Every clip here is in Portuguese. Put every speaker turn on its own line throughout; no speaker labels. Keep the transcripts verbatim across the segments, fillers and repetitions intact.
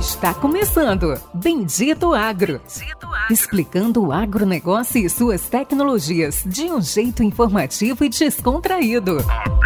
Está começando Bendito Agro. Bendito Agro. Explicando o agronegócio e suas tecnologias de um jeito informativo e descontraído.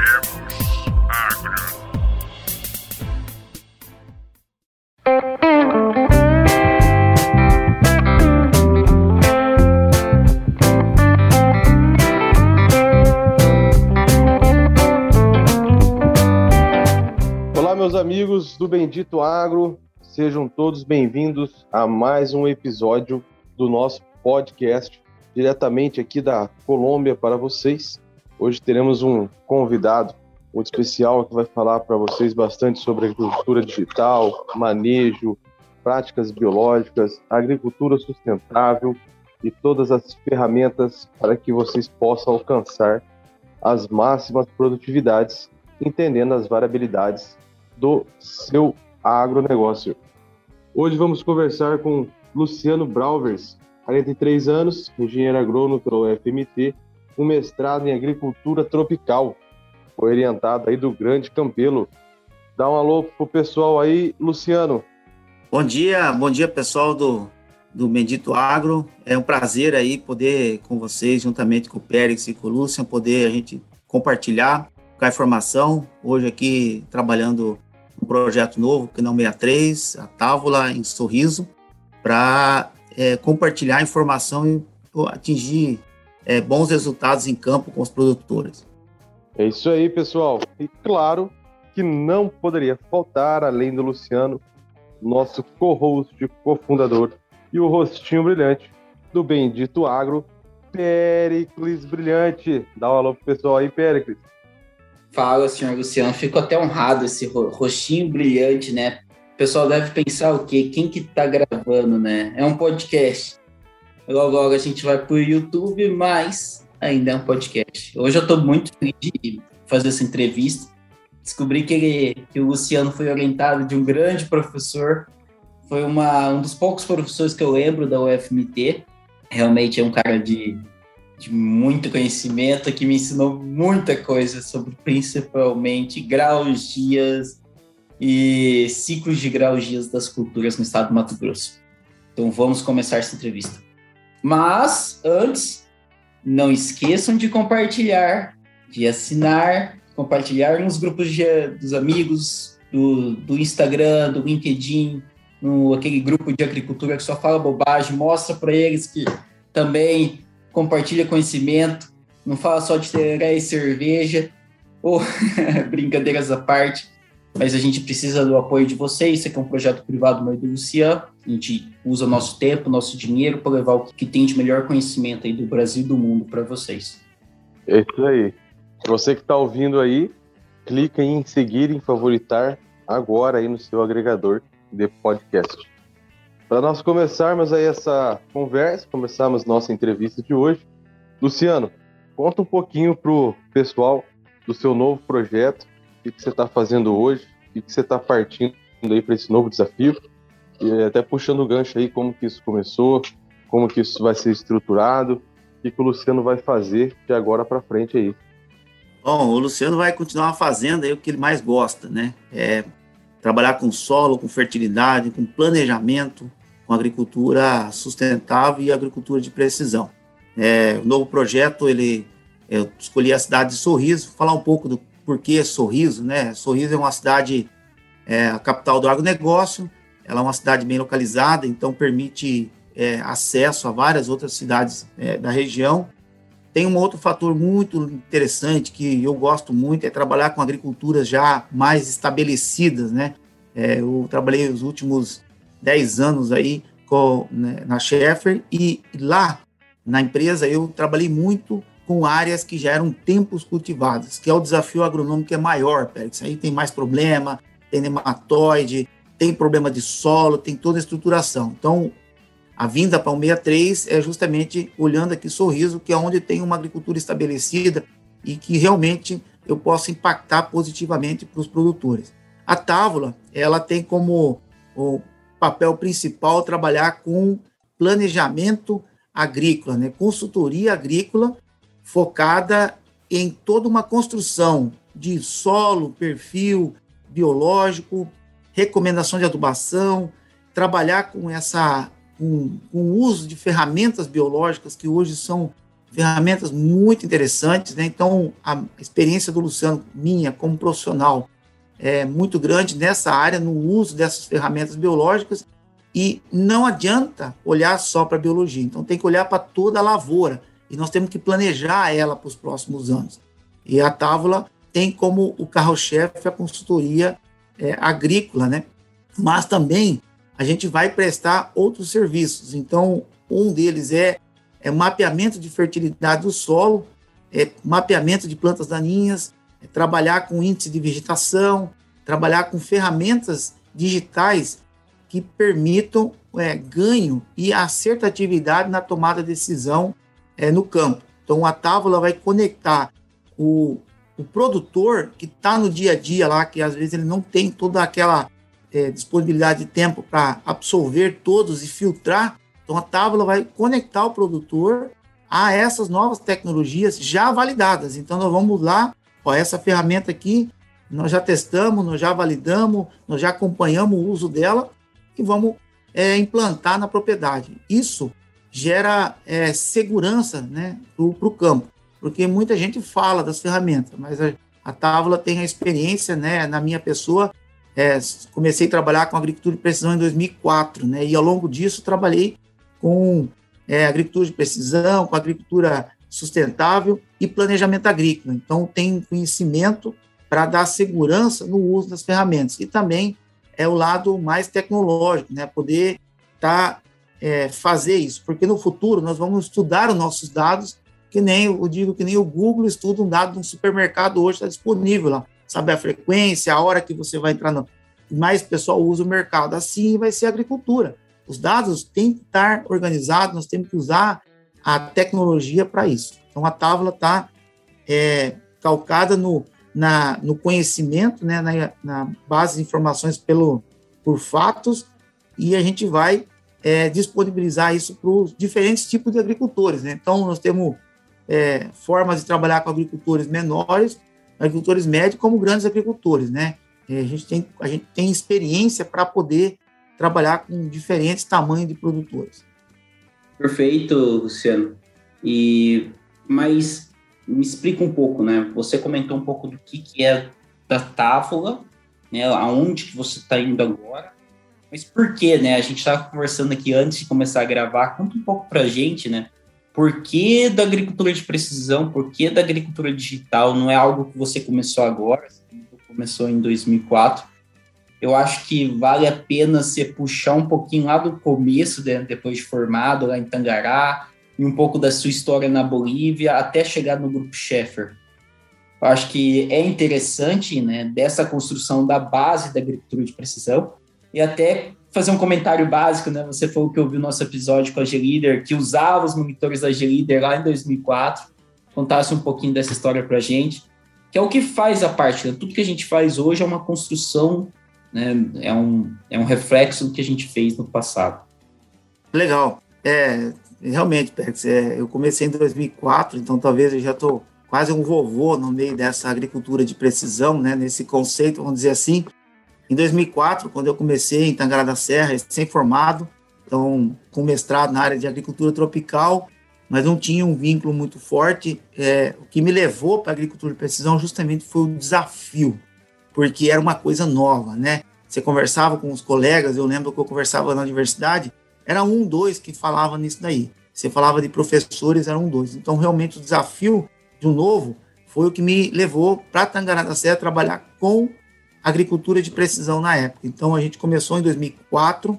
Olá, meus amigos do Bendito Agro, sejam todos bem-vindos a mais um episódio do nosso podcast, diretamente aqui da Colômbia para vocês. Hoje teremos um convidado muito especial que vai falar para vocês bastante sobre agricultura digital, manejo, práticas biológicas, agricultura sustentável e todas as ferramentas para que vocês possam alcançar as máximas produtividades, entendendo as variabilidades do seu agronegócio. Hoje vamos conversar com Luciano Brauvers, quarenta e três anos, engenheiro agrônomo pela U F M T, com mestrado em agricultura tropical. Foi orientado aí do Grande Campelo. Dá um alô pro pessoal aí, Luciano.
Bom dia, bom dia pessoal do, do Bendito Agro. É um prazer aí poder com vocês, juntamente com o Périx e com o Luciano, poder a gente compartilhar com a informação. Hoje aqui trabalhando um projeto novo, que não sessenta e três, a Távola em Sorriso, para é, compartilhar informação e atingir é, bons resultados em campo com os produtores.
É isso aí, pessoal. E claro que não poderia faltar, além do Luciano, nosso co-host, cofundador e o rostinho brilhante do Bendito Agro, Péricles Brilhante. Dá um alô pro pessoal aí, Péricles.
Fala, senhor Luciano. Fico até honrado esse rostinho brilhante, né? O pessoal deve pensar o quê? Quem que tá gravando, né? É um podcast. Logo, logo a gente vai pro YouTube, mas ainda é um podcast. Hoje eu tô muito feliz de fazer essa entrevista. Descobri que, ele, que o Luciano foi orientado de um grande professor. Foi uma, um dos poucos professores que eu lembro da U F M T. Realmente é um cara de... de muito conhecimento, que me ensinou muita coisa sobre, principalmente, graugias e ciclos de graugias das culturas no estado do Mato Grosso. Então, vamos começar essa entrevista. Mas, antes, não esqueçam de compartilhar, de assinar, compartilhar nos grupos de, dos amigos, do, do Instagram, do LinkedIn, no, aquele grupo de agricultura que só fala bobagem, mostra para eles que também... compartilha conhecimento, não fala só de tereré e cerveja, ou brincadeiras à parte, mas a gente precisa do apoio de vocês. Isso aqui é um projeto privado meu e do Luciano, a gente usa nosso tempo, nosso dinheiro para levar o que tem de melhor conhecimento aí do Brasil e do mundo para vocês.
É isso aí. Você que está ouvindo aí, clica em seguir, em favoritar agora aí no seu agregador de podcast. Para nós começarmos aí essa conversa, começarmos nossa entrevista de hoje, Luciano, conta um pouquinho para o pessoal do seu novo projeto, o que, que você está fazendo hoje, o que, que você está partindo aí para esse novo desafio, e até puxando o gancho aí, como que isso começou, como que isso vai ser estruturado, o que, que o Luciano vai fazer de agora para frente aí.
Bom, o Luciano vai continuar fazendo aí o que ele mais gosta, né? É trabalhar com solo, com fertilidade, com planejamento, com agricultura sustentável e agricultura de precisão. É, o novo projeto, ele, eu escolhi a cidade de Sorriso, falar um pouco do porquê Sorriso, né? Sorriso é uma cidade, é, a capital do agronegócio, ela é uma cidade bem localizada, então permite é, acesso a várias outras cidades é, da região. Tem um outro fator muito interessante que eu gosto muito, é trabalhar com agriculturas já mais estabelecidas, né? É, eu trabalhei os últimos dez anos aí com, né, na Schaeffer, e lá na empresa eu trabalhei muito com áreas que já eram tempos cultivadas, que é o desafio agronômico que é maior, Pérez. Aí tem mais problema, tem nematóide, tem problema de solo, tem toda a estruturação. Então, a vinda para o sessenta e três é justamente olhando aqui Sorriso, que é onde tem uma agricultura estabelecida e que realmente eu posso impactar positivamente para os produtores. A Távola, ela tem como o papel principal trabalhar com planejamento agrícola, né? Consultoria agrícola focada em toda uma construção de solo, perfil biológico, recomendação de adubação, trabalhar com essa com, com o uso de ferramentas biológicas que hoje são ferramentas muito interessantes, né? Então, a experiência do Luciano, minha como profissional, é muito grande nessa área, no uso dessas ferramentas biológicas, e não adianta olhar só para a biologia, então tem que olhar para toda a lavoura, e nós temos que planejar ela para os próximos anos. E a Távola tem como o carro-chefe a consultoria é, agrícola, né? Mas também a gente vai prestar outros serviços, então um deles é é mapeamento de fertilidade do solo, é mapeamento de plantas daninhas, é trabalhar com índice de vegetação, trabalhar com ferramentas digitais que permitam é, ganho e acertatividade na tomada de decisão é, no campo. Então, a Távola vai conectar o, o produtor que está no dia a dia lá, que às vezes ele não tem toda aquela é, disponibilidade de tempo para absorver todos e filtrar. Então, a Távola vai conectar o produtor a essas novas tecnologias já validadas. Então, nós vamos lá, ó, essa ferramenta aqui, nós já testamos, nós já validamos, nós já acompanhamos o uso dela e vamos é, implantar na propriedade. Isso gera é, segurança, né, para o campo, porque muita gente fala das ferramentas, mas a, a Távola tem a experiência, né, na minha pessoa. É, comecei a trabalhar com agricultura de precisão em dois mil e quatro, né, e ao longo disso trabalhei com é, agricultura de precisão, com agricultura sustentável e planejamento agrícola. Então, tem conhecimento para dar segurança no uso das ferramentas. E também é o lado mais tecnológico, né? Poder tá, é, fazer isso, porque no futuro nós vamos estudar os nossos dados, que nem, eu digo que nem o Google estuda um dado de um supermercado hoje, está disponível lá, sabe a frequência, a hora que você vai entrar no... Mais pessoal usa o mercado, assim vai ser a agricultura. Os dados têm que estar organizados, nós temos que usar a tecnologia para isso. Então, a Távola está é, calcada no, na, no conhecimento, né, na, na base de informações pelo, por fatos, e a gente vai é, disponibilizar isso para os diferentes tipos de agricultores, né? Então, nós temos é, formas de trabalhar com agricultores menores, agricultores médios, como grandes agricultores, né? E a gente tem, a gente tem experiência para poder trabalhar com diferentes tamanhos de produtores.
Perfeito, Luciano. E, mas me explica um pouco, né? Você comentou um pouco do que, que é da Távola, né? Aonde que você está indo agora. Mas por quê, né? A gente estava conversando aqui antes de começar a gravar. Conta um pouco para a gente, né? Por que da agricultura de precisão? Por que da agricultura digital? Não é algo que você começou agora, você começou em dois mil e quatro. Eu acho que vale a pena você puxar um pouquinho lá do começo, né, depois de formado, lá em Tangará, e um pouco da sua história na Bolívia, até chegar no Grupo Schaeffer. Eu acho que é interessante, né, dessa construção da base da agricultura de precisão, e até fazer um comentário básico, né, você falou que ouviu o nosso episódio com a G-Leader, que usava os monitores da G-Leader lá em dois mil e quatro, contasse um pouquinho dessa história para a gente, que é o que faz a parte, né? Tudo que a gente faz hoje é uma construção, né, é, um, é um reflexo do que a gente fez no passado.
Legal. É, realmente, Pex, é, eu comecei em dois mil e quatro, então talvez eu já estou quase um vovô no meio dessa agricultura de precisão, né, nesse conceito, vamos dizer assim. Em dois mil e quatro, quando eu comecei em Tangará da Serra, recém-formado, então com mestrado na área de agricultura tropical, mas não tinha um vínculo muito forte. É, o que me levou para a agricultura de precisão justamente foi o desafio, porque era uma coisa nova, né? Você conversava com os colegas, eu lembro que eu conversava na universidade, era um, dois que falava nisso daí. Você falava de professores, eram um, dois. Então, realmente, o desafio de um novo foi o que me levou para Tangará da Serra trabalhar com agricultura de precisão na época. Então, a gente começou em dois mil e quatro,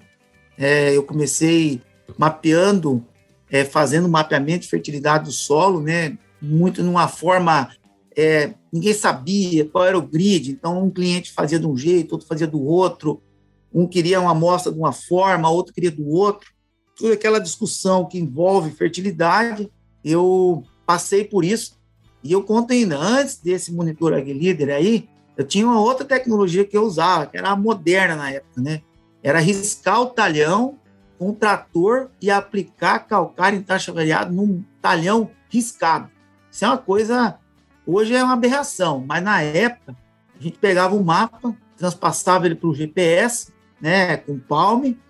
é, eu comecei mapeando, é, fazendo mapeamento de fertilidade do solo, né? Muito numa forma... É, ninguém sabia qual era o grid, então um cliente fazia de um jeito, outro fazia do outro, um queria uma amostra de uma forma, outro queria do outro. Toda aquela discussão que envolve fertilidade, eu passei por isso, e eu conto ainda, antes desse monitor AgriLeader aí, eu tinha uma outra tecnologia que eu usava, que era a moderna na época, né? Era riscar o talhão com um trator e aplicar calcário em taxa variada num talhão riscado. Isso é uma coisa... Hoje é uma aberração, mas na época a gente pegava o mapa, transpassava ele para o G P S, né, com Palm,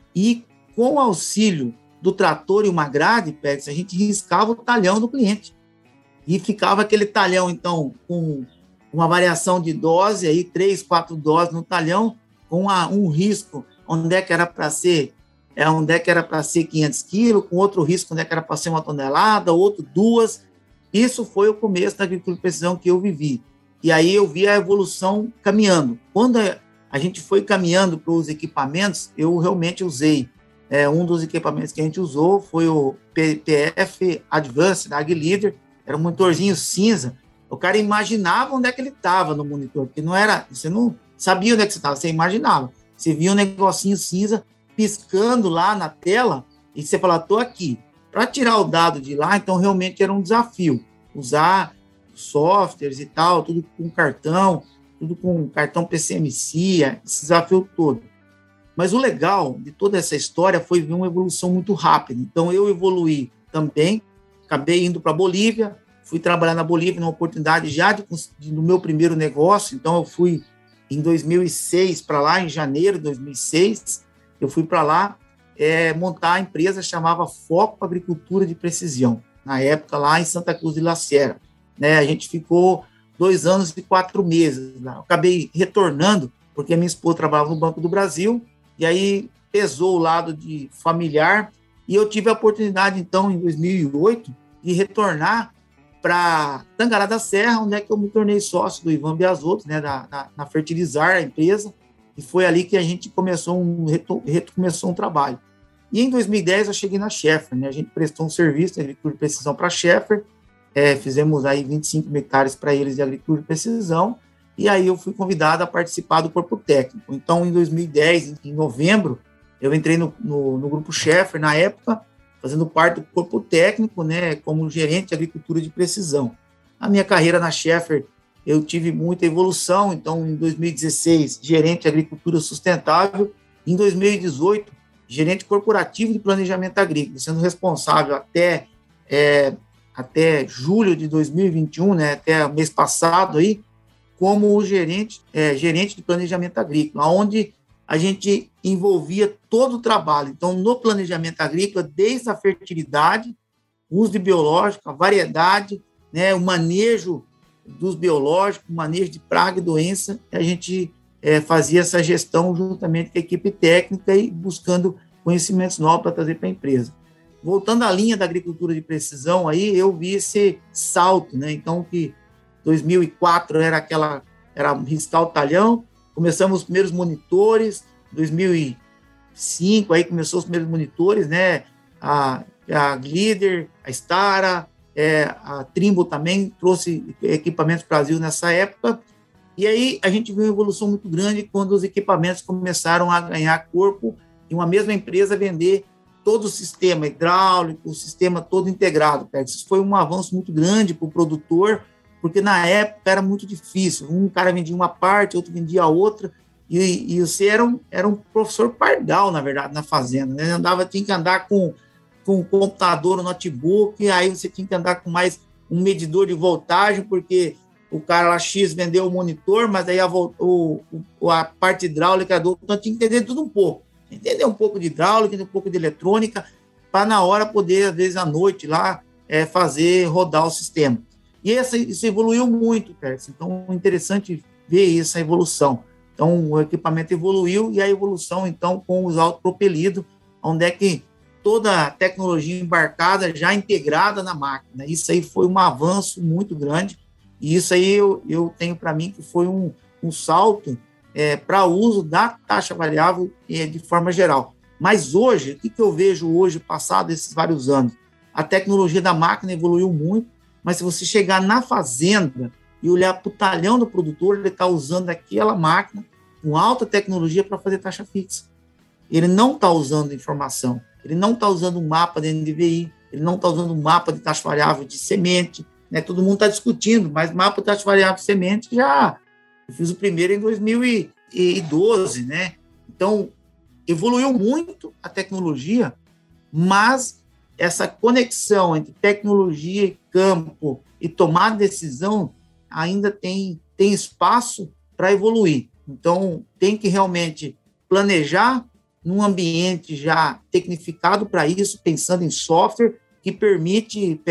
e com o auxílio do trator e uma grade, Pérez, a gente riscava o talhão do cliente. E ficava aquele talhão, então, com uma variação de dose, aí, três, quatro doses no talhão, com uma, um risco onde é que era para ser, é, onde é que era para ser quinhentos quilos, com outro risco onde é que era para ser uma tonelada, outro duas. Isso foi o começo da agricultura de precisão que eu vivi. E aí eu vi a evolução caminhando. Quando a gente foi caminhando para os equipamentos, eu realmente usei. É, um dos equipamentos que a gente usou foi o P P F Advanced da AgLeader, era um monitorzinho cinza. O cara imaginava onde é que ele estava no monitor, porque não era, você não sabia onde é que você estava, você imaginava. Você via um negocinho cinza piscando lá na tela e você falava, estou aqui. Para tirar o dado de lá, então realmente era um desafio. Usar softwares e tal, tudo com cartão, tudo com cartão P C M C, esse desafio todo. Mas o legal de toda essa história foi ver uma evolução muito rápida. Então eu evoluí também, acabei indo para a Bolívia, fui trabalhar na Bolívia numa oportunidade já de, de, no meu primeiro negócio. Então eu fui em dois mil e seis para lá, em janeiro de dois mil e seis, eu fui para lá é, montar a empresa, chamava Foco Agricultura de Precisão, na época lá em Santa Cruz de La Sierra. Né, a gente ficou dois anos e quatro meses lá. Eu acabei retornando, porque a minha esposa trabalhava no Banco do Brasil, e aí pesou o lado de familiar, e eu tive a oportunidade, então, em dois mil e oito, de retornar para Tangará da Serra, onde é que eu me tornei sócio do Ivan Biasotto, né, da, da, na Fertilizar, a empresa, e foi ali que a gente começou um, reto, reto, começou um trabalho. E em dois mil e dez eu cheguei na Schaeffer, né, a gente prestou um serviço de agricultura de precisão para a Schaeffer, é, fizemos aí vinte e cinco hectares para eles de agricultura de precisão, e aí eu fui convidado a participar do corpo técnico. Então, em dois mil e dez, em novembro, eu entrei no, no, no grupo Schaeffer, na época, fazendo parte do corpo técnico, né, como gerente de agricultura de precisão. A minha carreira na Schaeffer, eu tive muita evolução, então, em dois mil e dezesseis, gerente de agricultura sustentável, em dois mil e dezoito, gerente corporativo de planejamento agrícola, sendo responsável até, é, até julho de dois mil e vinte e um, né, até o mês passado, aí, como o gerente, é, gerente de planejamento agrícola, onde a gente envolvia todo o trabalho. Então, no planejamento agrícola, desde a fertilidade, uso de biológico, a variedade, né, o manejo dos biológicos, o manejo de praga e doença, a gente é, fazia essa gestão juntamente com a equipe técnica e buscando conhecimentos novos para trazer para a empresa. Voltando à linha da agricultura de precisão, aí eu vi esse salto, né? Então, que dois mil e quatro era aquela, era riscar o talhão, começamos os primeiros monitores, dois mil e cinco, aí começou os primeiros monitores, né, a, a AgLeader, a Stara, é, a Trimble também trouxe equipamentos para o Brasil nessa época, e aí a gente viu uma evolução muito grande quando os equipamentos começaram a ganhar corpo e uma mesma empresa vender todo o sistema hidráulico, o sistema todo integrado. Isso foi um avanço muito grande para o produtor, porque na época era muito difícil, um cara vendia uma parte, outro vendia a outra, e, e você era um, era um professor pardal, na verdade, na fazenda, né? Andava, tinha que andar com, com um computador, um notebook, e aí você tinha que andar com mais um medidor de voltagem, porque o cara lá X vendeu o monitor, mas aí a, o, o, a parte hidráulica do outro, então tinha que entender tudo um pouco, entender um pouco de hidráulica, entender um pouco de eletrônica, para na hora poder, às vezes à noite, lá, é, fazer rodar o sistema. E essa, isso evoluiu muito, Pérez. Então, é interessante ver essa evolução. Então, o equipamento evoluiu e a evolução, então, com os autopropelidos, onde é que toda a tecnologia embarcada já integrada na máquina. Isso aí foi um avanço muito grande e isso aí eu, eu tenho para mim que foi um, um salto é, para o uso da taxa variável é, de forma geral. Mas hoje, o que, que eu vejo hoje, passado esses vários anos? A tecnologia da máquina evoluiu muito, mas se você chegar na fazenda e olhar para o talhão do produtor, ele está usando aquela máquina com alta tecnologia para fazer taxa fixa. Ele não está usando informação, ele não está usando um mapa de N D V I, ele não está usando um mapa de taxa variável de semente, né? Todo mundo está discutindo, mas mapa de taxa variável de semente já... Eu fiz o primeiro em dois mil e doze, né? Então, evoluiu muito a tecnologia, mas essa conexão entre tecnologia e campo e tomar decisão ainda tem, tem espaço para evoluir. Então, tem que realmente planejar, num ambiente já tecnificado para isso, pensando em software que permite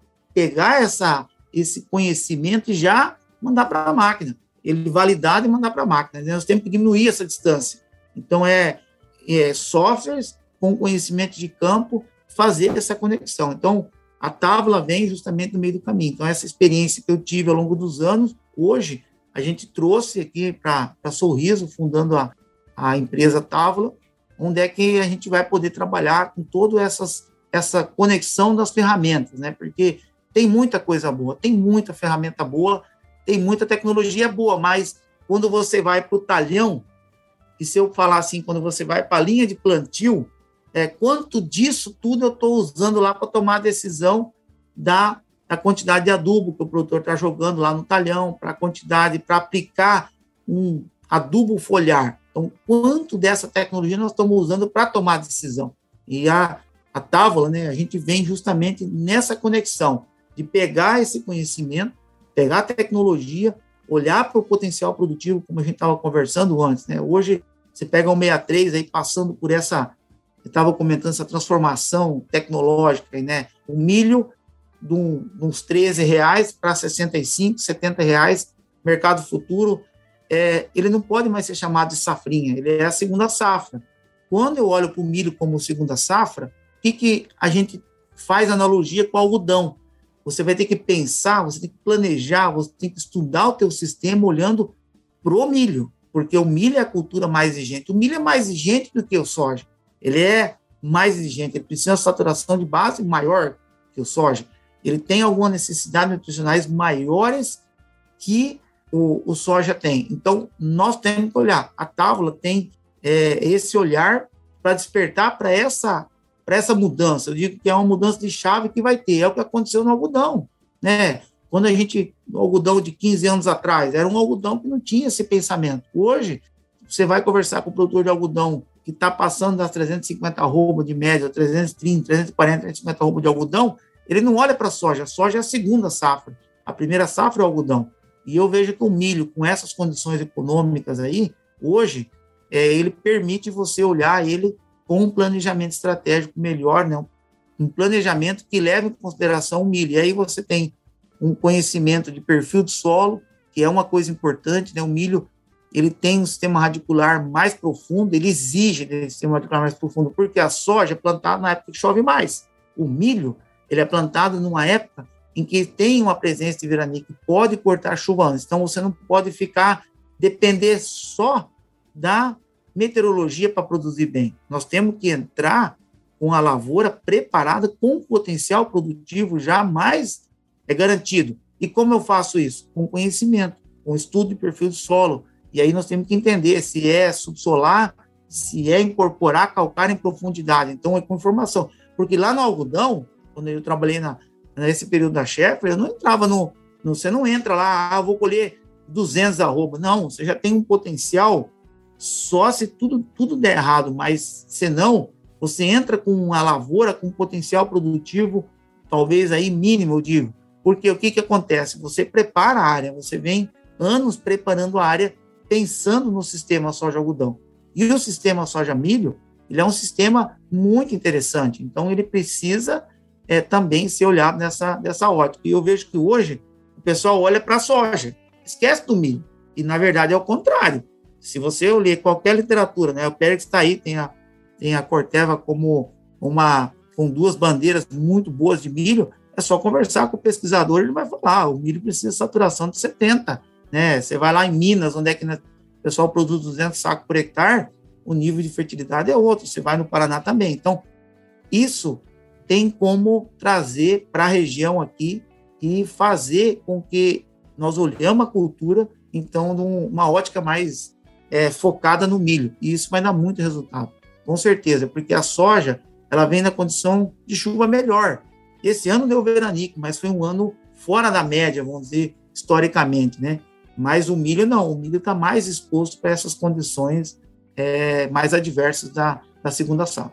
pegar essa, esse conhecimento e já mandar para a máquina. Ele validado e mandar para a máquina. Nós temos que diminuir essa distância. Então, é, é softwares com conhecimento de campo fazer essa conexão. Então, a Távola vem justamente no meio do caminho. Então, essa experiência que eu tive ao longo dos anos, hoje, a gente trouxe aqui para Sorriso, fundando a, a empresa Távola, onde é que a gente vai poder trabalhar com toda essas, essa conexão das ferramentas, né? Porque tem muita coisa boa, tem muita ferramenta boa, tem muita tecnologia boa, mas quando você vai para o talhão, e se eu falar assim, quando você vai para a linha de plantio, é, quanto disso tudo eu estou usando lá para tomar a decisão da, da quantidade de adubo que o produtor está jogando lá no talhão, para a quantidade, para aplicar um adubo foliar. Então, quanto dessa tecnologia nós estamos usando para tomar a decisão? E a, a Távola, né, a gente vem justamente nessa conexão de pegar esse conhecimento, pegar a tecnologia, olhar para o potencial produtivo, como a gente estava conversando antes, né? Hoje, você pega um sessenta e três aí passando por essa, eu estava comentando, essa transformação tecnológica, né? O milho de, um, de uns treze reais para sessenta e cinco, setenta reais, mercado futuro, é, ele não pode mais ser chamado de safrinha, ele é a segunda safra. Quando eu olho para o milho como segunda safra, o que, que a gente faz analogia com o algodão? Você vai ter que pensar, você tem que planejar, você tem que estudar o teu sistema olhando para o milho, porque o milho é a cultura mais exigente. O milho é mais exigente do que o soja. Ele é mais exigente, ele precisa de saturação de base maior que o soja. Ele tem algumas necessidades nutricionais maiores que o, o soja tem. Então, nós temos que olhar. A Távola tem é, esse olhar para despertar para essa para essa mudança. Eu digo que é uma mudança de chave que vai ter. É o que aconteceu no algodão, né? Quando a gente, o algodão de quinze anos atrás, era um algodão que não tinha esse pensamento. Hoje, você vai conversar com o produtor de algodão que está passando das trezentas e cinquenta arrobas de média, trezentos e trinta, trezentos e quarenta, trezentos e cinquenta arrobas de algodão, ele não olha para a soja. A soja é a segunda safra. A primeira safra é o algodão. E eu vejo que o milho, com essas condições econômicas aí, hoje, é, ele permite você olhar ele com um planejamento estratégico melhor, né? Um planejamento que leve em consideração o milho. E aí você tem um conhecimento de perfil do solo, que é uma coisa importante, né? O milho, ele tem um sistema radicular mais profundo, ele exige esse sistema radicular mais profundo, porque a soja é plantada na época que chove mais. O milho, ele é plantado numa época em que tem uma presença de veraneio que pode cortar chuva antes. Então, você não pode ficar, depender só da meteorologia para produzir bem. Nós temos que entrar com a lavoura preparada, com potencial produtivo já mais é garantido. E como eu faço isso? Com conhecimento, com estudo de perfil do solo. E aí nós temos que entender se é subsolar, se é incorporar calcário em profundidade. Então, é com informação. Porque lá no algodão, quando eu trabalhei na, nesse período da Schaefer, eu não entrava no, no... Você não entra lá, ah, vou colher duzentos arrobas. Não, você já tem um potencial só se tudo, tudo der errado, mas se não, você entra com uma lavoura com potencial produtivo, talvez aí mínimo, eu digo. Porque o que, que acontece? Você prepara a área, você vem anos preparando a área, pensando no sistema soja-algodão. E o sistema soja-milho, ele é um sistema muito interessante, então ele precisa é, também ser olhado nessa, nessa ótica. E eu vejo que hoje o pessoal olha para a soja, esquece do milho, e na verdade é o contrário. Se você ler qualquer literatura, né, o Pérez está aí, tem a, tem a Corteva como uma, com duas bandeiras muito boas de milho, é só conversar com o pesquisador, ele vai falar, ah, o milho precisa de saturação de setenta, né? Você vai lá em Minas, onde é que né, o pessoal produz duzentos sacos por hectare, o nível de fertilidade é outro, você vai no Paraná também. Então, isso tem como trazer para a região aqui e fazer com que nós olhemos a cultura, então, numa ótica mais É, focada no milho, e isso vai dar muito resultado, com certeza, porque a soja, ela vem na condição de chuva melhor. Esse ano deu veranico, mas foi um ano fora da média, vamos dizer, historicamente, né? Mas o milho não, o milho está mais exposto para essas condições é, mais adversas da, da segunda safra.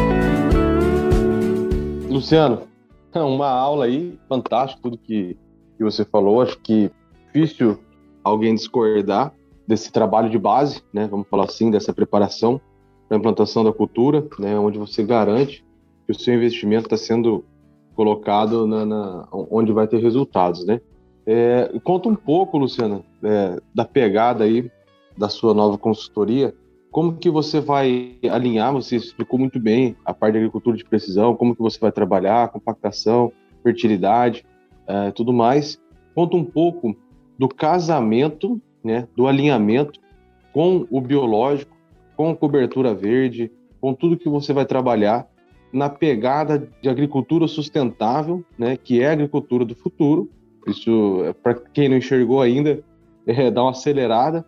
Luciano, uma aula aí, fantástico, tudo que que você falou. Acho que é difícil alguém discordar desse trabalho de base, né? Vamos falar assim, dessa preparação para a implantação da cultura, né? Onde você garante que o seu investimento está sendo colocado na, na, onde vai ter resultados, né? É, conta um pouco, Luciana, é, da pegada aí da sua nova consultoria. Como que você vai alinhar? Você explicou muito bem a parte da agricultura de precisão, como que você vai trabalhar, compactação, fertilidade, é, tudo mais. Conta um pouco do casamento, né, do alinhamento com o biológico, com a cobertura verde, com tudo que você vai trabalhar na pegada de agricultura sustentável, né, que é a agricultura do futuro. Isso, para quem não enxergou ainda, é, dá uma acelerada,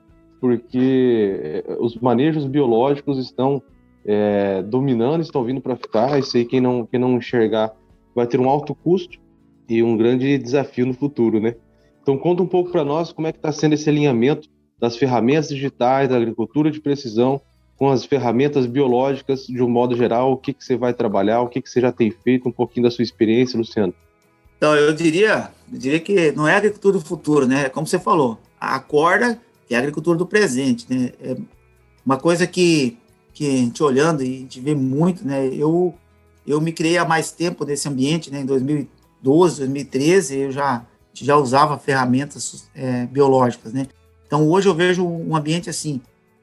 porque os manejos biológicos estão é, dominando, estão vindo para ficar. Isso aí, quem não, quem não enxergar vai ter um alto custo e um grande desafio no futuro, né? Então, conta um pouco para nós como é que está sendo esse alinhamento das ferramentas digitais, da agricultura de precisão, com as ferramentas biológicas de um modo geral. O que, que você vai trabalhar, o que, que você já tem feito, um pouquinho da sua experiência, Luciano.
Então, eu diria, eu diria que não é a agricultura do futuro, né? Como você falou, a corda que é a agricultura do presente, né? É uma coisa que, que a gente olhando e a gente vê muito, né? Eu, eu me criei há mais tempo nesse ambiente, né? Em dois mil e doze, dois mil e treze, eu já, já usava ferramentas é, biológicas, né? Então, hoje eu vejo um ambiente, assim,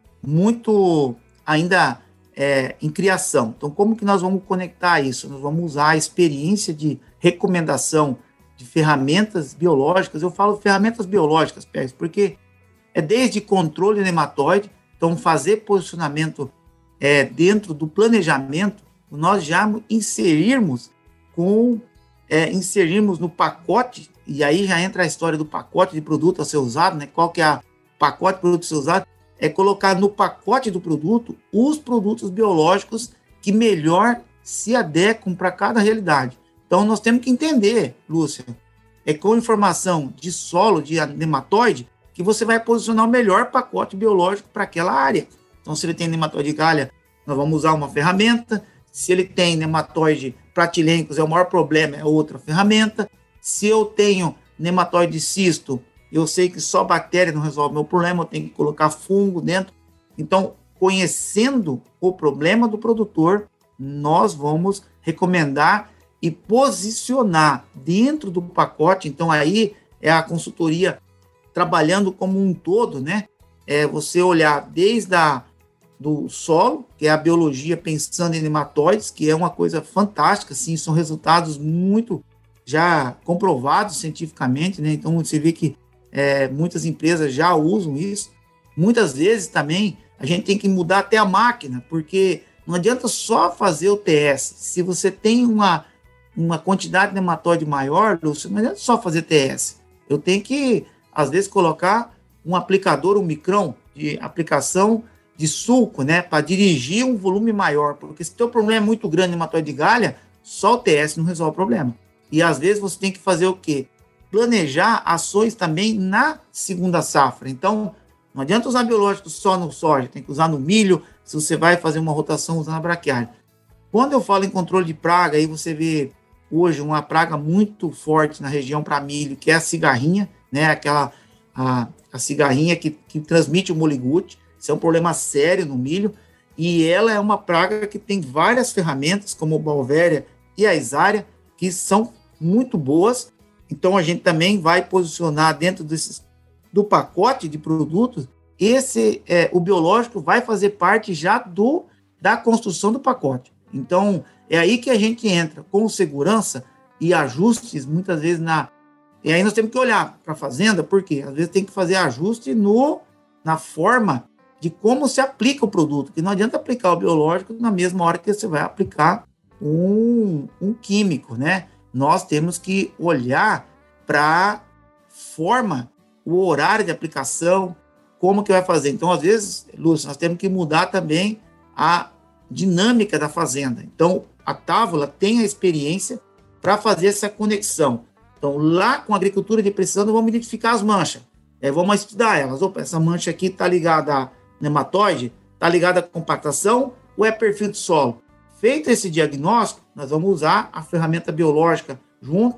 muito ainda é, em criação. Então, como que nós vamos conectar isso? Nós vamos usar a experiência de recomendação de ferramentas biológicas. Eu falo ferramentas biológicas, Pérez, porque é desde controle nematóide, então fazer posicionamento é, dentro do planejamento, nós já inserirmos com é, inserirmos no pacote, e aí já entra a história do pacote de produto a ser usado, né? Qual que é o pacote de produto a ser usado? É colocar no pacote do produto os produtos biológicos que melhor se adequam para cada realidade. Então nós temos que entender, Lúcia, é com informação de solo, de nematóide, que você vai posicionar o melhor pacote biológico para aquela área. Então, se ele tem nematóide de galha, nós vamos usar uma ferramenta. Se ele tem nematóide pratilênicos, é o maior problema, é outra ferramenta. Se eu tenho nematóide de cisto, eu sei que só bactéria não resolve o meu problema, eu tenho que colocar fungo dentro. Então, conhecendo o problema do produtor, nós vamos recomendar e posicionar dentro do pacote. Então, aí é a consultoria trabalhando como um todo, né? É você olhar desde a, do solo, que é a biologia pensando em nematóides, que é uma coisa fantástica, assim, são resultados muito já comprovados cientificamente, né? Então, você vê que é, muitas empresas já usam isso. Muitas vezes também a gente tem que mudar até a máquina, porque não adianta só fazer o T S. Se você tem uma, uma quantidade de nematóide maior, Lúcio, não adianta só fazer T S. Eu tenho que às vezes colocar um aplicador, um micrão de aplicação de sulco, né, para dirigir um volume maior, porque se o teu problema é muito grande em nematóide de galha, só o T S não resolve o problema. E às vezes você tem que fazer o quê? Planejar ações também na segunda safra. Então, não adianta usar biológicos só no soja, tem que usar no milho, se você vai fazer uma rotação usando a braquiária. Quando eu falo em controle de praga, aí você vê hoje uma praga muito forte na região para milho, que é a cigarrinha, né, aquela a, a cigarrinha que, que transmite o moligute. Isso é um problema sério no milho, e ela é uma praga que tem várias ferramentas, como o Balvéria e a Isária, que são muito boas. Então, a gente também vai posicionar dentro desses, do pacote de produtos, esse, é, o biológico vai fazer parte já do, da construção do pacote. Então, é aí que a gente entra com segurança e ajustes, muitas vezes, na... E aí nós temos que olhar para a fazenda, porque às vezes tem que fazer ajuste no, na forma de como se aplica o produto, que não adianta aplicar o biológico na mesma hora que você vai aplicar um, um químico, né? Nós temos que olhar para a forma, o horário de aplicação, como que vai fazer. Então, às vezes, Lúcio, nós temos que mudar também a dinâmica da fazenda. Então, a Távola tem a experiência para fazer essa conexão. Então, lá com a agricultura de precisão, nós vamos identificar as manchas. É, vamos estudar elas. Opa, essa mancha aqui está ligada a nematóide, está ligada à compactação ou é perfil de solo? Feito esse diagnóstico, nós vamos usar a ferramenta biológica junto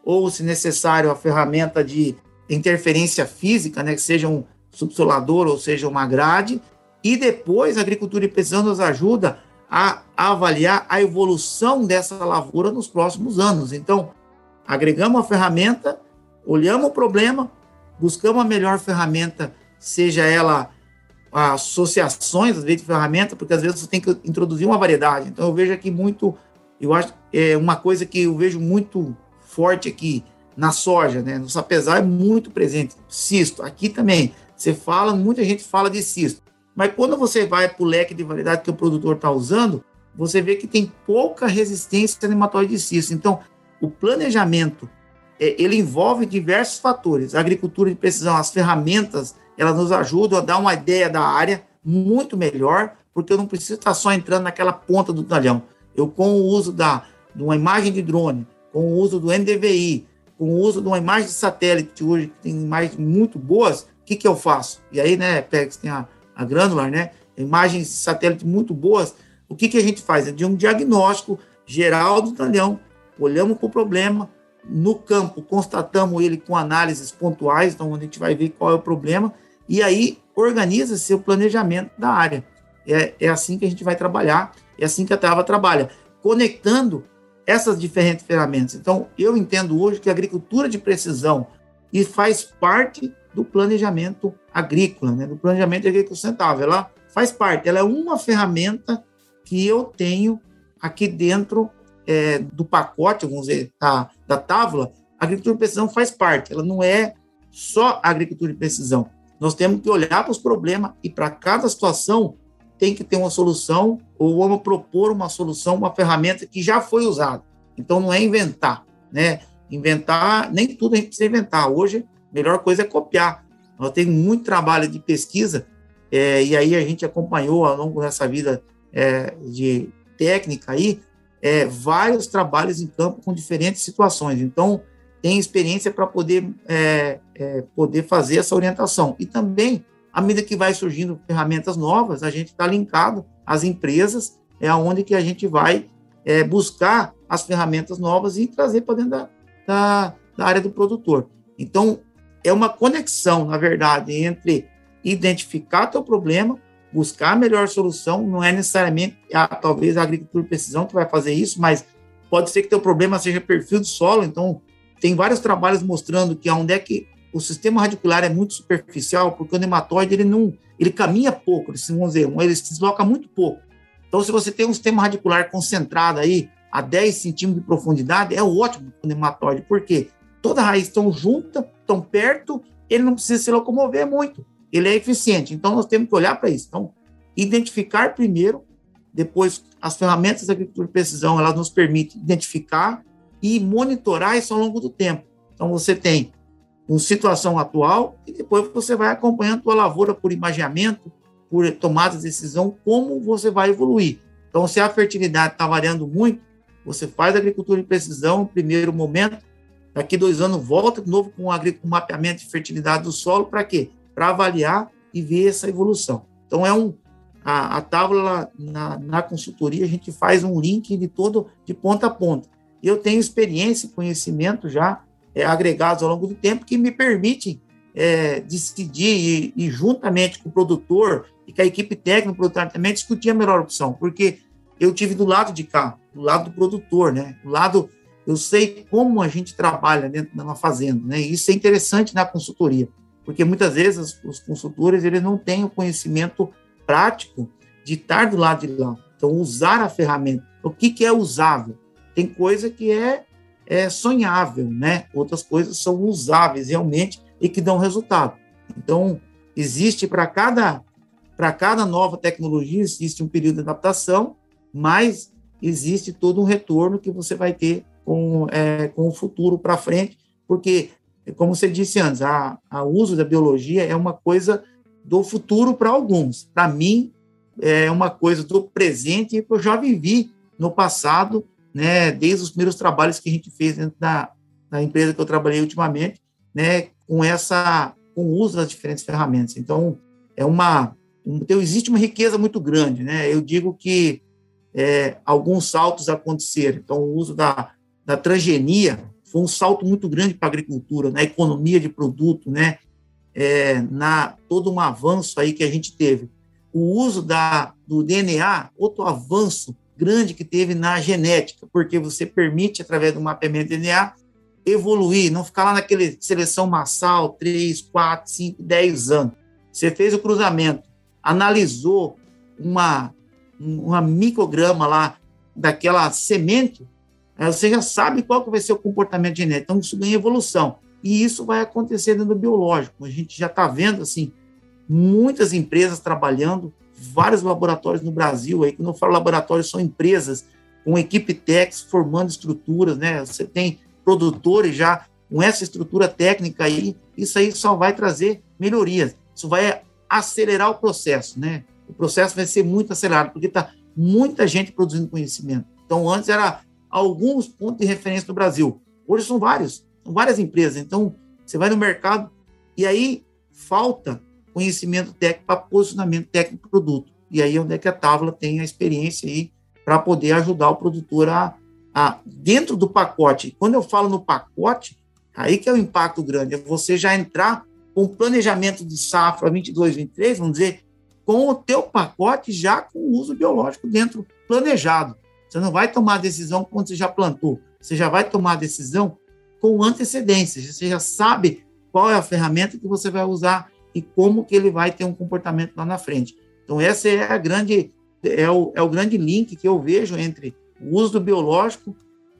ou, se necessário, a ferramenta de interferência física, né, que seja um subsolador ou seja uma grade, e depois a agricultura de precisão nos ajuda a, a avaliar a evolução dessa lavoura nos próximos anos. Então, agregamos a ferramenta, olhamos o problema, buscamos a melhor ferramenta, seja ela associações, às vezes, de ferramenta, porque às vezes você tem que introduzir uma variedade. Então, eu vejo aqui muito, eu acho, é uma coisa que eu vejo muito forte aqui na soja, né? No sapezal é muito presente, cisto, aqui também, você fala, muita gente fala de cisto, mas quando você vai para o leque de variedade que o produtor está usando, você vê que tem pouca resistência a nematóide de cisto. Então, o planejamento, é, ele envolve diversos fatores, a agricultura de precisão, as ferramentas, elas nos ajudam a dar uma ideia da área muito melhor, porque eu não preciso estar só entrando naquela ponta do talhão. Eu, com o uso da, de uma imagem de drone, com o uso do M D V I, com o uso de uma imagem de satélite, hoje que tem imagens muito boas, o que, que eu faço? E aí, né, Pex, tem a, a Granular, né, imagens de satélite muito boas, o que, que a gente faz? É de um diagnóstico geral do talhão, olhamos para o problema, no campo, constatamos ele com análises pontuais, então a gente vai ver qual é o problema, e aí organiza-se o planejamento da área. É, é assim que a gente vai trabalhar, é assim que a Trava trabalha, conectando essas diferentes ferramentas. Então, eu entendo hoje que a agricultura de precisão e faz parte do planejamento agrícola, né, do planejamento agrícola sustentável. Ela faz parte, ela é uma ferramenta que eu tenho aqui dentro é, do pacote, vamos dizer, da, da tábua. A agricultura de precisão faz parte, ela não é só a agricultura de precisão. Nós temos que olhar para os problemas e para cada situação tem que ter uma solução ou vamos propor uma solução, uma ferramenta que já foi usada. Então, não é inventar, né? Inventar, nem tudo a gente precisa inventar. Hoje, a melhor coisa é copiar. Nós temos muito trabalho de pesquisa é, e aí a gente acompanhou ao longo dessa vida é, de técnica aí, é, vários trabalhos em campo com diferentes situações. Então, tem experiência para poder, é, é, poder fazer essa orientação. E também, à medida que vai surgindo ferramentas novas, a gente está linkado às empresas, é onde que a gente vai é, buscar as ferramentas novas e trazer para dentro da, da, da área do produtor. Então, é uma conexão, na verdade, entre identificar teu problema, buscar a melhor solução, não é necessariamente, a, talvez, a agricultura de precisão que vai fazer isso, mas pode ser que teu problema seja perfil do solo, então, tem vários trabalhos mostrando que onde é que o sistema radicular é muito superficial, porque o nematóide, ele não, ele caminha pouco, ele, vamos dizer, ele se desloca muito pouco. Então, se você tem um sistema radicular concentrado aí, a dez centímetros de profundidade, é ótimo para o nematóide, porque toda a raiz estão juntas, estão perto, ele não precisa se locomover muito, ele é eficiente. Então, nós temos que olhar para isso. Então, identificar primeiro, depois, as ferramentas da agricultura de precisão, elas nos permitem identificar e monitorar isso ao longo do tempo. Então, você tem uma situação atual e depois você vai acompanhando a sua lavoura por imageamento, por tomada de decisão, como você vai evoluir. Então, se a fertilidade está variando muito, você faz agricultura de precisão no primeiro momento, daqui dois anos volta de novo com o mapeamento de fertilidade do solo, para quê? Para avaliar e ver essa evolução. Então, é um, a, a tábua, na, na consultoria, a gente faz um link de todo, de ponta a ponta. Eu tenho experiência e conhecimento já é, agregados ao longo do tempo que me permitem é, decidir e, e, juntamente com o produtor e com a equipe técnica do produtor também, discutir a melhor opção, porque eu tive do lado de cá, do lado do produtor, né? Do lado, eu sei como a gente trabalha dentro de uma fazenda, né? E isso é interessante na consultoria, porque muitas vezes os consultores, eles não têm o conhecimento prático de estar do lado de lá. Então, usar a ferramenta. O que, que é usável? Tem coisa que é, é sonhável, né? Outras coisas são usáveis realmente e que dão resultado. Então, existe para cada, para cada nova tecnologia, existe um período de adaptação, mas existe todo um retorno que você vai ter com, é, com o futuro para frente, porque, como você disse antes, a, a uso da biologia é uma coisa do futuro para alguns. Para mim, é uma coisa do presente que eu já vivi no passado, né, desde os primeiros trabalhos que a gente fez dentro da, da empresa que eu trabalhei ultimamente, né, com essa, com o uso das diferentes ferramentas. Então, é uma, então existe uma riqueza muito grande, né? Eu digo que é, alguns saltos aconteceram. Então, o uso da, da transgenia foi um salto muito grande para a agricultura, na economia de produto, né? É, na todo um avanço aí que a gente teve. O uso da, do D N A, outro avanço grande que teve na genética, porque você permite, através do mapeamento do D N A, evoluir, não ficar lá naquele seleção massal, três, quatro, cinco, dez anos. Você fez o cruzamento, analisou uma, uma micrograma lá daquela semente, você já sabe qual que vai ser o comportamento genético. Então, isso ganha evolução. E isso vai acontecer dentro do biológico. A gente já está vendo, assim, muitas empresas trabalhando, vários laboratórios no Brasil, aí, quando eu falo laboratórios, são empresas com equipe técnica formando estruturas, né? Você tem produtores já com essa estrutura técnica aí, isso aí só vai trazer melhorias. Isso vai acelerar o processo, né? O processo vai ser muito acelerado, porque está muita gente produzindo conhecimento. Então, antes era alguns pontos de referência no Brasil. Hoje são vários, são várias empresas. Então, você vai no mercado e aí falta conhecimento técnico para posicionamento técnico do produto. E aí é onde é que a Távola tem a experiência aí para poder ajudar o produtor a, a, dentro do pacote. Quando eu falo no pacote, aí que é o impacto grande, é você já entrar com o planejamento de safra vinte e dois, vinte e três, vamos dizer, com o teu pacote já com o uso biológico dentro planejado. Você não vai tomar a decisão quando você já plantou, você já vai tomar a decisão com antecedência, você já sabe qual é a ferramenta que você vai usar e como que ele vai ter um comportamento lá na frente. Então, essa é a grande, é o, é o grande link que eu vejo entre o uso do biológico,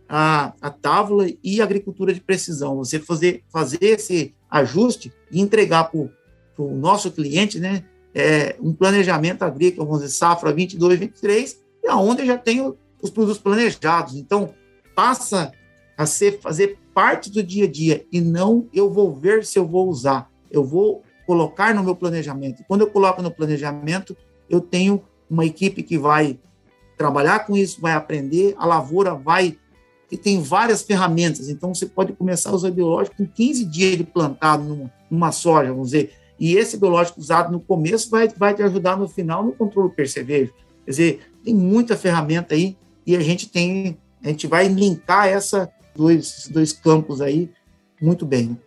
a, a Távola e a agricultura de precisão. Você fazer, fazer esse ajuste e entregar para o nosso cliente, né, é, um planejamento agrícola, vamos dizer, safra vinte e dois, vinte e três, e aonde já tem o, os produtos planejados. Então, passa a ser, fazer parte do dia a dia e não eu vou ver se eu vou usar, eu vou colocar no meu planejamento. Quando eu coloco no planejamento, eu tenho uma equipe que vai trabalhar com isso, vai aprender, a lavoura vai, e tem várias ferramentas, então você pode começar a usar biológico com quinze dias de plantado numa, numa soja, vamos dizer, e esse biológico usado no começo vai, vai te ajudar no final no controle do percevejo. Quer dizer, tem muita ferramenta aí e a gente tem, a gente vai linkar essa dois, esses dois campos aí muito bem.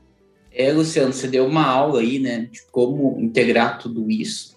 É, Luciano, você deu uma aula aí, né, de como integrar tudo isso.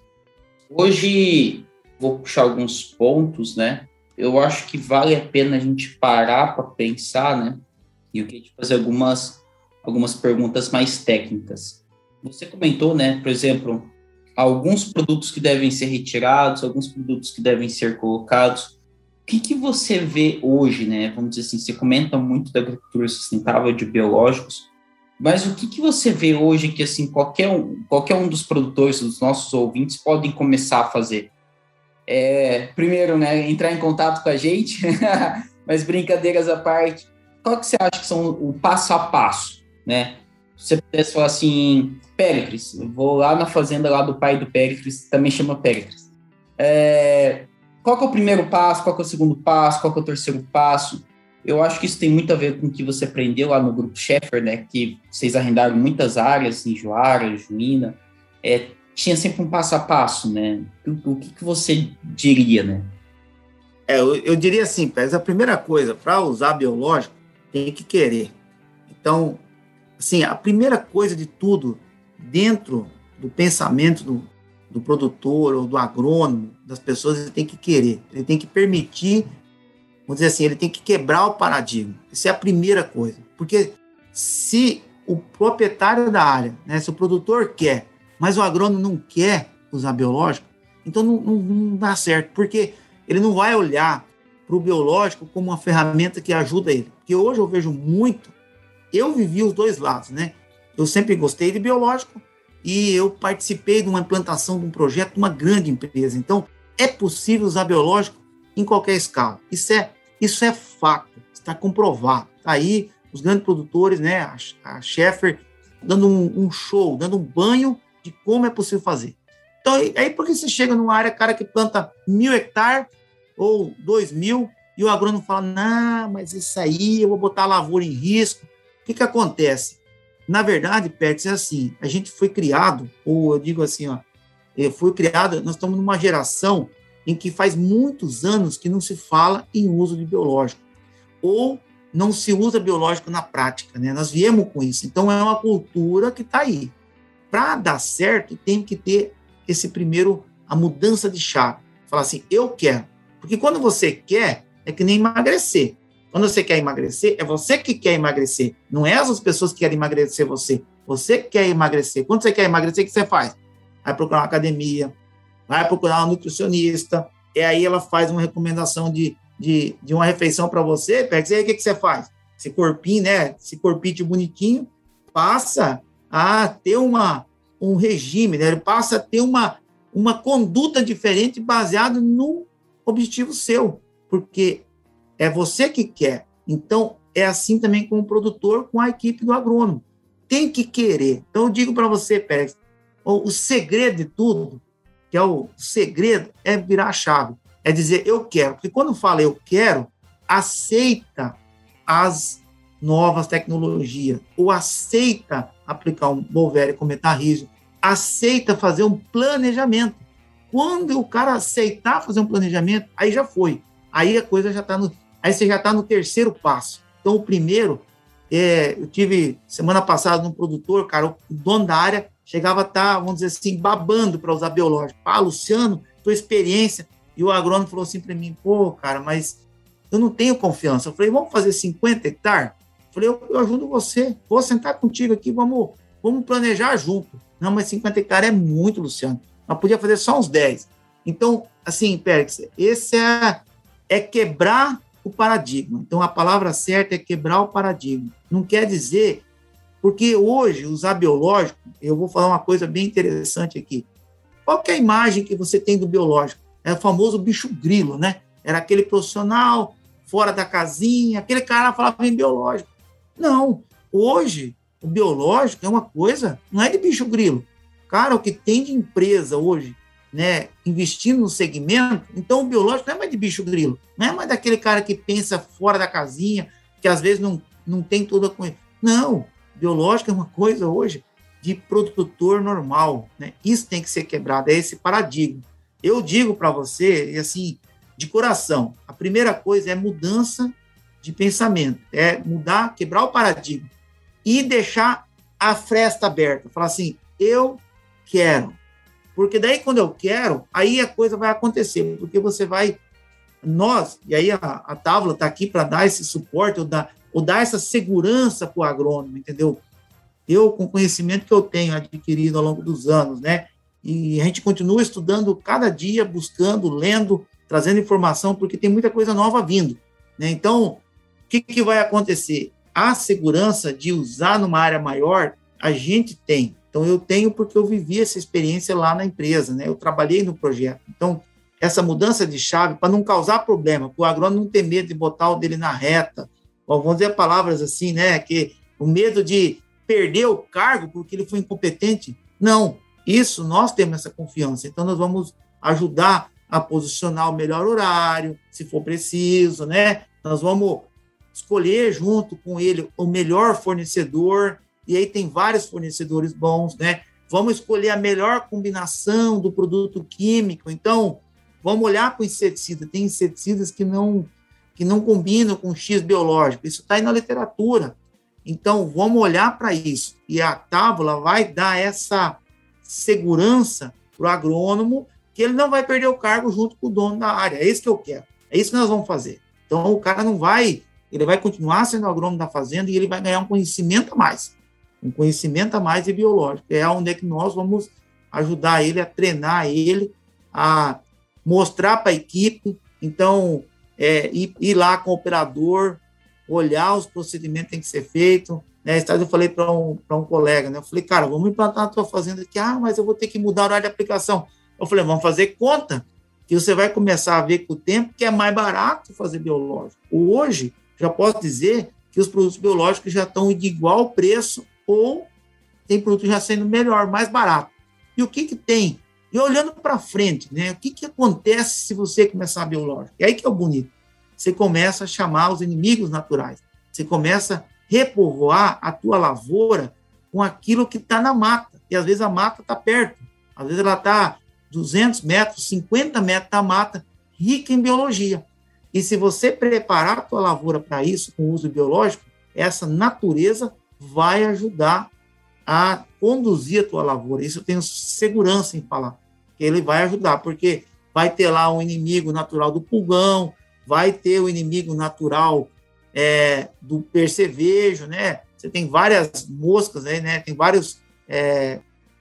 Hoje, vou puxar alguns pontos, né, eu acho que vale a pena a gente parar para pensar, né, e eu queria te fazer algumas, algumas perguntas mais técnicas. Você comentou, né, por exemplo, alguns produtos que devem ser retirados, alguns produtos que devem ser colocados. O que, que você vê hoje, né, vamos dizer assim, você comenta muito da agricultura sustentável, de biológicos, mas o que, que você vê hoje que, assim, qualquer um, qualquer um dos produtores, dos nossos ouvintes, podem começar a fazer? É, primeiro, né, entrar em contato com a gente, mas brincadeiras à parte, qual que você acha que são o passo a passo, né? Se você pudesse falar assim, Péricles, eu vou lá na fazenda lá do pai do Péricles, também chama Péricles. É, qual que é o primeiro passo, qual que é o segundo passo, qual que é o terceiro passo? Eu acho que isso tem muito a ver com o que você aprendeu lá no Grupo Schaeffer, né, que vocês arrendaram muitas áreas, em Joara, Juína, é, tinha sempre um passo a passo, né? O, o que, que você diria, né?
É, eu, eu diria assim, Pérez, a primeira coisa, para usar biológico, tem que querer. Então, assim, a primeira coisa de tudo, dentro do pensamento do, do produtor ou do agrônomo, das pessoas, ele tem que querer, ele tem que permitir, vamos dizer assim, ele tem que quebrar o paradigma. Essa é a primeira coisa. Porque se o proprietário da área, né, se o produtor quer, mas o agrônomo não quer usar biológico, então não, não, não dá certo, porque ele não vai olhar para o biológico como uma ferramenta que ajuda ele. Porque hoje eu vejo muito, eu vivi os dois lados, né? Eu sempre gostei de biológico e eu participei de uma implantação de um projeto de uma grande empresa. Então, é possível usar biológico em qualquer escala. Isso é, isso é fato, está comprovado. Está aí os grandes produtores, né? A, a Schaeffer dando um, um show, dando um banho de como é possível fazer. Então, aí por que você chega numa área, cara, que planta mil hectares ou dois mil, e o agrônomo fala, não, mas isso aí, eu vou botar a lavoura em risco. O que que acontece? Na verdade, Pérez, é assim, a gente foi criado, ou eu digo assim, ó, foi criado, nós estamos numa geração em que faz muitos anos que não se fala em uso de biológico. Ou não se usa biológico na prática, né? Nós viemos com isso. Então, é uma cultura que está aí. Para dar certo, tem que ter esse primeiro, a mudança de chave. Falar assim, eu quero. Porque quando você quer, é que nem emagrecer. Quando você quer emagrecer, é você que quer emagrecer. Não é as pessoas que querem emagrecer você. Você quer emagrecer. Quando você quer emagrecer, o que você faz? Vai procurar uma academia, vai procurar uma nutricionista, e aí ela faz uma recomendação de, de, de uma refeição para você, pega, e aí o que, que você faz? Esse corpinho, né? Esse corpinho bonitinho, passa a ter uma, um regime, né? Ele passa a ter uma, uma conduta diferente baseada no objetivo seu, porque é você que quer. Então, é assim também com o produtor, com a equipe do agrônomo. Tem que querer. Então, eu digo para você, Pérez, o, o segredo de tudo, que é o segredo, é virar a chave. É dizer, eu quero. Porque quando fala eu quero, aceita as novas tecnologias, ou aceita aplicar um Bovéria com metarrígio, aceita fazer um planejamento. Quando o cara aceitar fazer um planejamento, aí já foi. Aí a coisa já está no... Aí você já está no terceiro passo. Então, o primeiro, é, eu tive semana passada num produtor, cara, o dono da área chegava a estar, vamos dizer assim, babando para usar biológico. Ah, Luciano, tua experiência. E o agrônomo falou assim para mim, pô, cara, mas eu não tenho confiança. Eu falei, vamos fazer cinquenta hectares? Eu falei, eu, eu ajudo você. Vou sentar contigo aqui, vamos, vamos planejar junto. Não, mas cinquenta hectares é muito, Luciano. Nós podíamos fazer só uns dez. Então, assim, Pérez, esse é, é quebrar o paradigma. Então, a palavra certa é quebrar o paradigma. Não quer dizer... Porque hoje, usar biológico, eu vou falar uma coisa bem interessante aqui. Qual que é a imagem que você tem do biológico? É o famoso bicho grilo, né? Era aquele profissional fora da casinha, aquele cara falava em biológico. Não. Hoje, o biológico é uma coisa, não é de bicho grilo. Cara, o que tem de empresa hoje, né, investindo no segmento, então o biológico não é mais de bicho grilo, não é mais daquele cara que pensa fora da casinha, que às vezes não, não tem toda a coisa. Não, biológico é uma coisa hoje de produtor normal, né? Isso tem que ser quebrado, é esse paradigma. Eu digo para você, e assim, de coração, a primeira coisa é mudança de pensamento, é mudar, quebrar o paradigma e deixar a fresta aberta, falar assim, eu quero. Porque daí, quando eu quero, aí a coisa vai acontecer, porque você vai, nós, e aí a, a Távola está aqui para dar esse suporte, ou dar, ou dar essa segurança para o agrônomo, entendeu? Eu, com o conhecimento que eu tenho adquirido ao longo dos anos, né, e a gente continua estudando cada dia, buscando, lendo, trazendo informação, porque tem muita coisa nova vindo, né? Então, o que, que vai acontecer? A segurança de usar numa área maior, a gente tem. Então, eu tenho porque eu vivi essa experiência lá na empresa, né? Eu trabalhei no projeto. Então, essa mudança de chave, para não causar problema, para o agrônomo não ter medo de botar o dele na reta, ou vamos dizer palavras assim, né? Que o medo de perder o cargo porque ele foi incompetente. Não, isso nós temos essa confiança. Então, nós vamos ajudar a posicionar o melhor horário, se for preciso, né? Nós vamos escolher junto com ele o melhor fornecedor, e aí tem vários fornecedores bons, né? Vamos escolher a melhor combinação do produto químico. Então, vamos olhar para o inseticida. Tem inseticidas que não, que não combinam com X biológico. Isso está aí na literatura. Então, vamos olhar para isso. E a Távola vai dar essa segurança para o agrônomo, que ele não vai perder o cargo junto com o dono da área. É isso que eu quero. É isso que nós vamos fazer. Então, o cara não vai... Ele vai continuar sendo agrônomo da fazenda e ele vai ganhar um conhecimento a mais. Um conhecimento a mais de biológico. É onde é que nós vamos ajudar ele a treinar ele, a mostrar para a equipe. Então, é, ir, ir lá com o operador, olhar os procedimentos que tem que ser feito. Né? Eu falei para um, para um colega, né? Eu falei, cara, vamos implantar na tua fazenda aqui. Ah, mas eu vou ter que mudar o horário de aplicação. Eu falei, vamos fazer conta, que você vai começar a ver com o tempo que é mais barato fazer biológico. Hoje, já posso dizer que os produtos biológicos já estão de igual preço ou tem produto já sendo melhor, mais barato. E o que que tem? E olhando para frente, né? O que que acontece se você começar a biológico? E aí que é o bonito. Você começa a chamar os inimigos naturais. Você começa a repovoar a tua lavoura com aquilo que está na mata. E às vezes a mata está perto. Às vezes ela está duzentos metros, cinquenta metros da mata, rica em biologia. E se você preparar a tua lavoura para isso, com o uso biológico, essa natureza vai ajudar a conduzir a tua lavoura. Isso eu tenho segurança em falar, que ele vai ajudar, porque vai ter lá um inimigo natural do pulgão, vai ter o inimigo natural é, do percevejo, né? Você tem várias moscas aí, né? Tem vários é,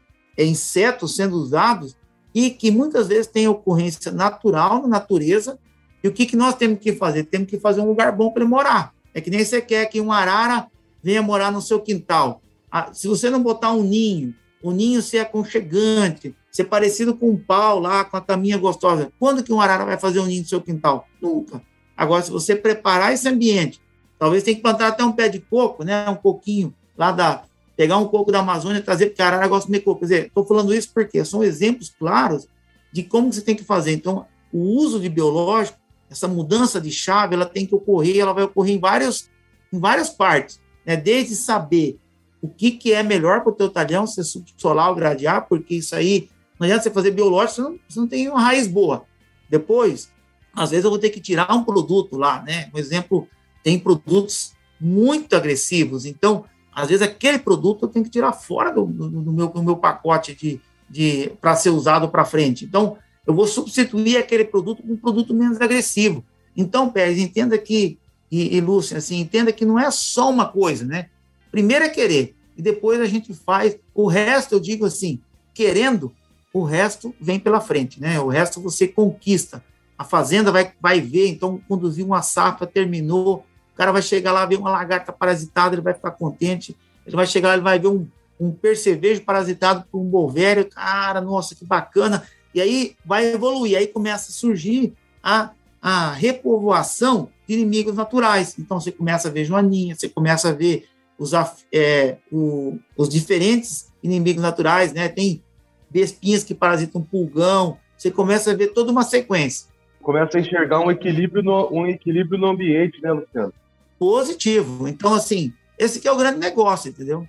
insetos sendo usados e que muitas vezes tem ocorrência natural na natureza. E o que, que nós temos que fazer? Temos que fazer um lugar bom para ele morar. É que nem você quer que uma arara venha morar no seu quintal. Ah, se você não botar um ninho, o ninho ser aconchegante, ser parecido com um pau lá, com a caminha gostosa, quando que uma arara vai fazer um ninho no seu quintal? Nunca. Agora, se você preparar esse ambiente, talvez tenha que plantar até um pé de coco, né? Um coquinho lá da... Pegar um coco da Amazônia e trazer, porque a arara gosta de comer coco. Quer dizer, estou falando isso porque são exemplos claros de como que você tem que fazer. Então, o uso de biológico, essa mudança de chave, ela tem que ocorrer, ela vai ocorrer em, vários, em várias partes, né? Desde saber o que, que é melhor para o teu talhão, se é subsolar ou gradear, porque isso aí, não adianta você fazer biológico, você não, você não tem uma raiz boa. Depois, às vezes eu vou ter que tirar um produto lá, né? Por exemplo, tem produtos muito agressivos, então, às vezes aquele produto eu tenho que tirar fora do, do, do, meu, do meu pacote de, de, para ser usado para frente. Então, eu vou substituir aquele produto com um produto menos agressivo. Então, Pérez, entenda que, e, e Lúcia, assim, entenda que não é só uma coisa, né? Primeiro é querer, e depois a gente faz. O resto, eu digo assim, querendo, o resto vem pela frente, né? O resto você conquista. A fazenda vai, vai ver, então, conduzir uma safra, terminou, o cara vai chegar lá, ver uma lagarta parasitada, ele vai ficar contente, ele vai chegar lá, ele vai ver um, um percevejo parasitado por um bovério, cara, nossa, que bacana, e aí vai evoluir, aí começa a surgir a, a repovoação de inimigos naturais. Então, você começa a ver joaninha, você começa a ver os, é, o, os diferentes inimigos naturais, né? Tem vespinhas que parasitam pulgão, você começa a ver toda uma sequência.
Começa a enxergar um equilíbrio no, um equilíbrio no ambiente, né, Luciano?
Positivo. Então, assim, esse que é o grande negócio, entendeu?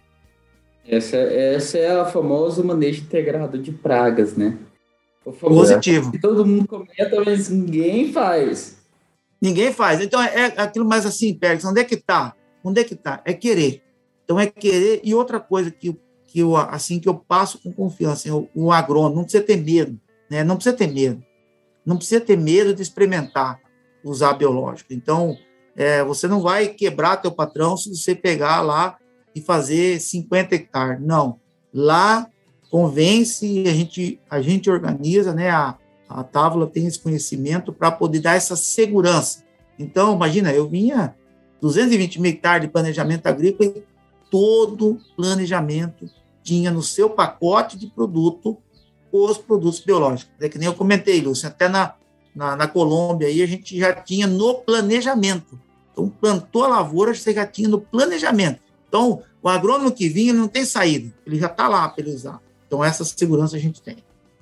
Essa, essa é a famosa manejo integrado de pragas, né? O
Positivo.
Que todo mundo comenta, mas ninguém faz.
Ninguém faz. Então, é aquilo mais assim, Pérez, onde é que está? Onde é que está? É querer. Então, é querer. E outra coisa que, que, eu, assim, que eu passo com confiança, o, o agrônomo, não precisa ter medo, né? Não precisa ter medo. Não precisa ter medo de experimentar usar biológico. Então, é, você não vai quebrar teu patrão se você pegar lá e fazer cinquenta hectares. Não. Lá, convence, a gente, a gente organiza, né? A, a Távola tem esse conhecimento para poder dar essa segurança. Então, imagina, eu vinha duzentos e vinte mil hectares de planejamento agrícola e todo planejamento tinha no seu pacote de produto os produtos biológicos. É que nem eu comentei, Lúcio, até na, na, na Colômbia aí a gente já tinha no planejamento. Então, plantou a lavoura, você já tinha no planejamento. Então, o agrônomo que vinha, ele não tem saída, ele já está lá para ele usar. Então, essa segurança a gente tem.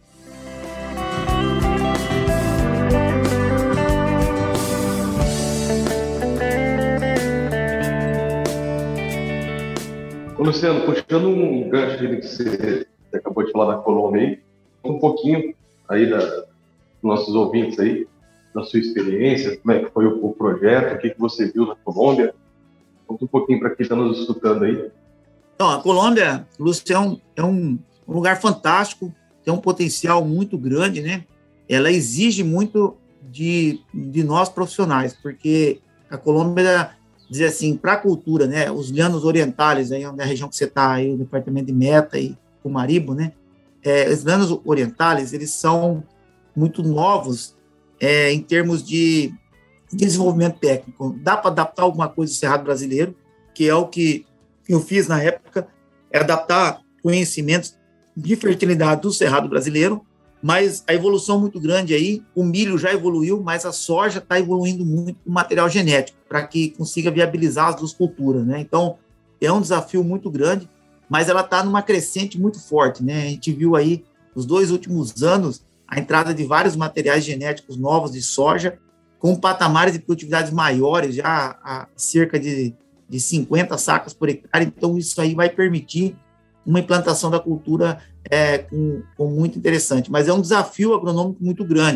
Ô, Luciano, puxando um gancho que você acabou de falar da Colômbia aí, um pouquinho aí da, dos nossos ouvintes aí, da sua experiência, como é que foi o, o projeto, o que, que você viu na Colômbia. Conta um pouquinho para quem está nos escutando aí.
Então, a Colômbia, Lúcio, é, um, é um, um lugar fantástico, tem um potencial muito grande, né? Ela exige muito de, de nós profissionais, porque a Colômbia, dizer assim, para a cultura, né? Os llanos orientais, aí onde é a região que você está, aí, o departamento de Meta e Comaribo, né? É, os llanos orientais, eles são muito novos é, em termos de desenvolvimento técnico. Dá para adaptar alguma coisa do Cerrado brasileiro, que é o que eu fiz na época, é adaptar conhecimentos de fertilidade do Cerrado brasileiro, mas a evolução muito grande aí, o milho já evoluiu, mas a soja está evoluindo muito com material genético, para que consiga viabilizar as duas culturas, né? Então, é um desafio muito grande, mas ela está numa crescente muito forte, né? A gente viu aí, nos dois últimos anos, a entrada de vários materiais genéticos novos de soja, com patamares de produtividades maiores, já a cerca de, de cinquenta sacas por hectare. Então, isso aí vai permitir uma implantação da cultura é, com, com muito interessante. Mas é um desafio agronômico muito grande.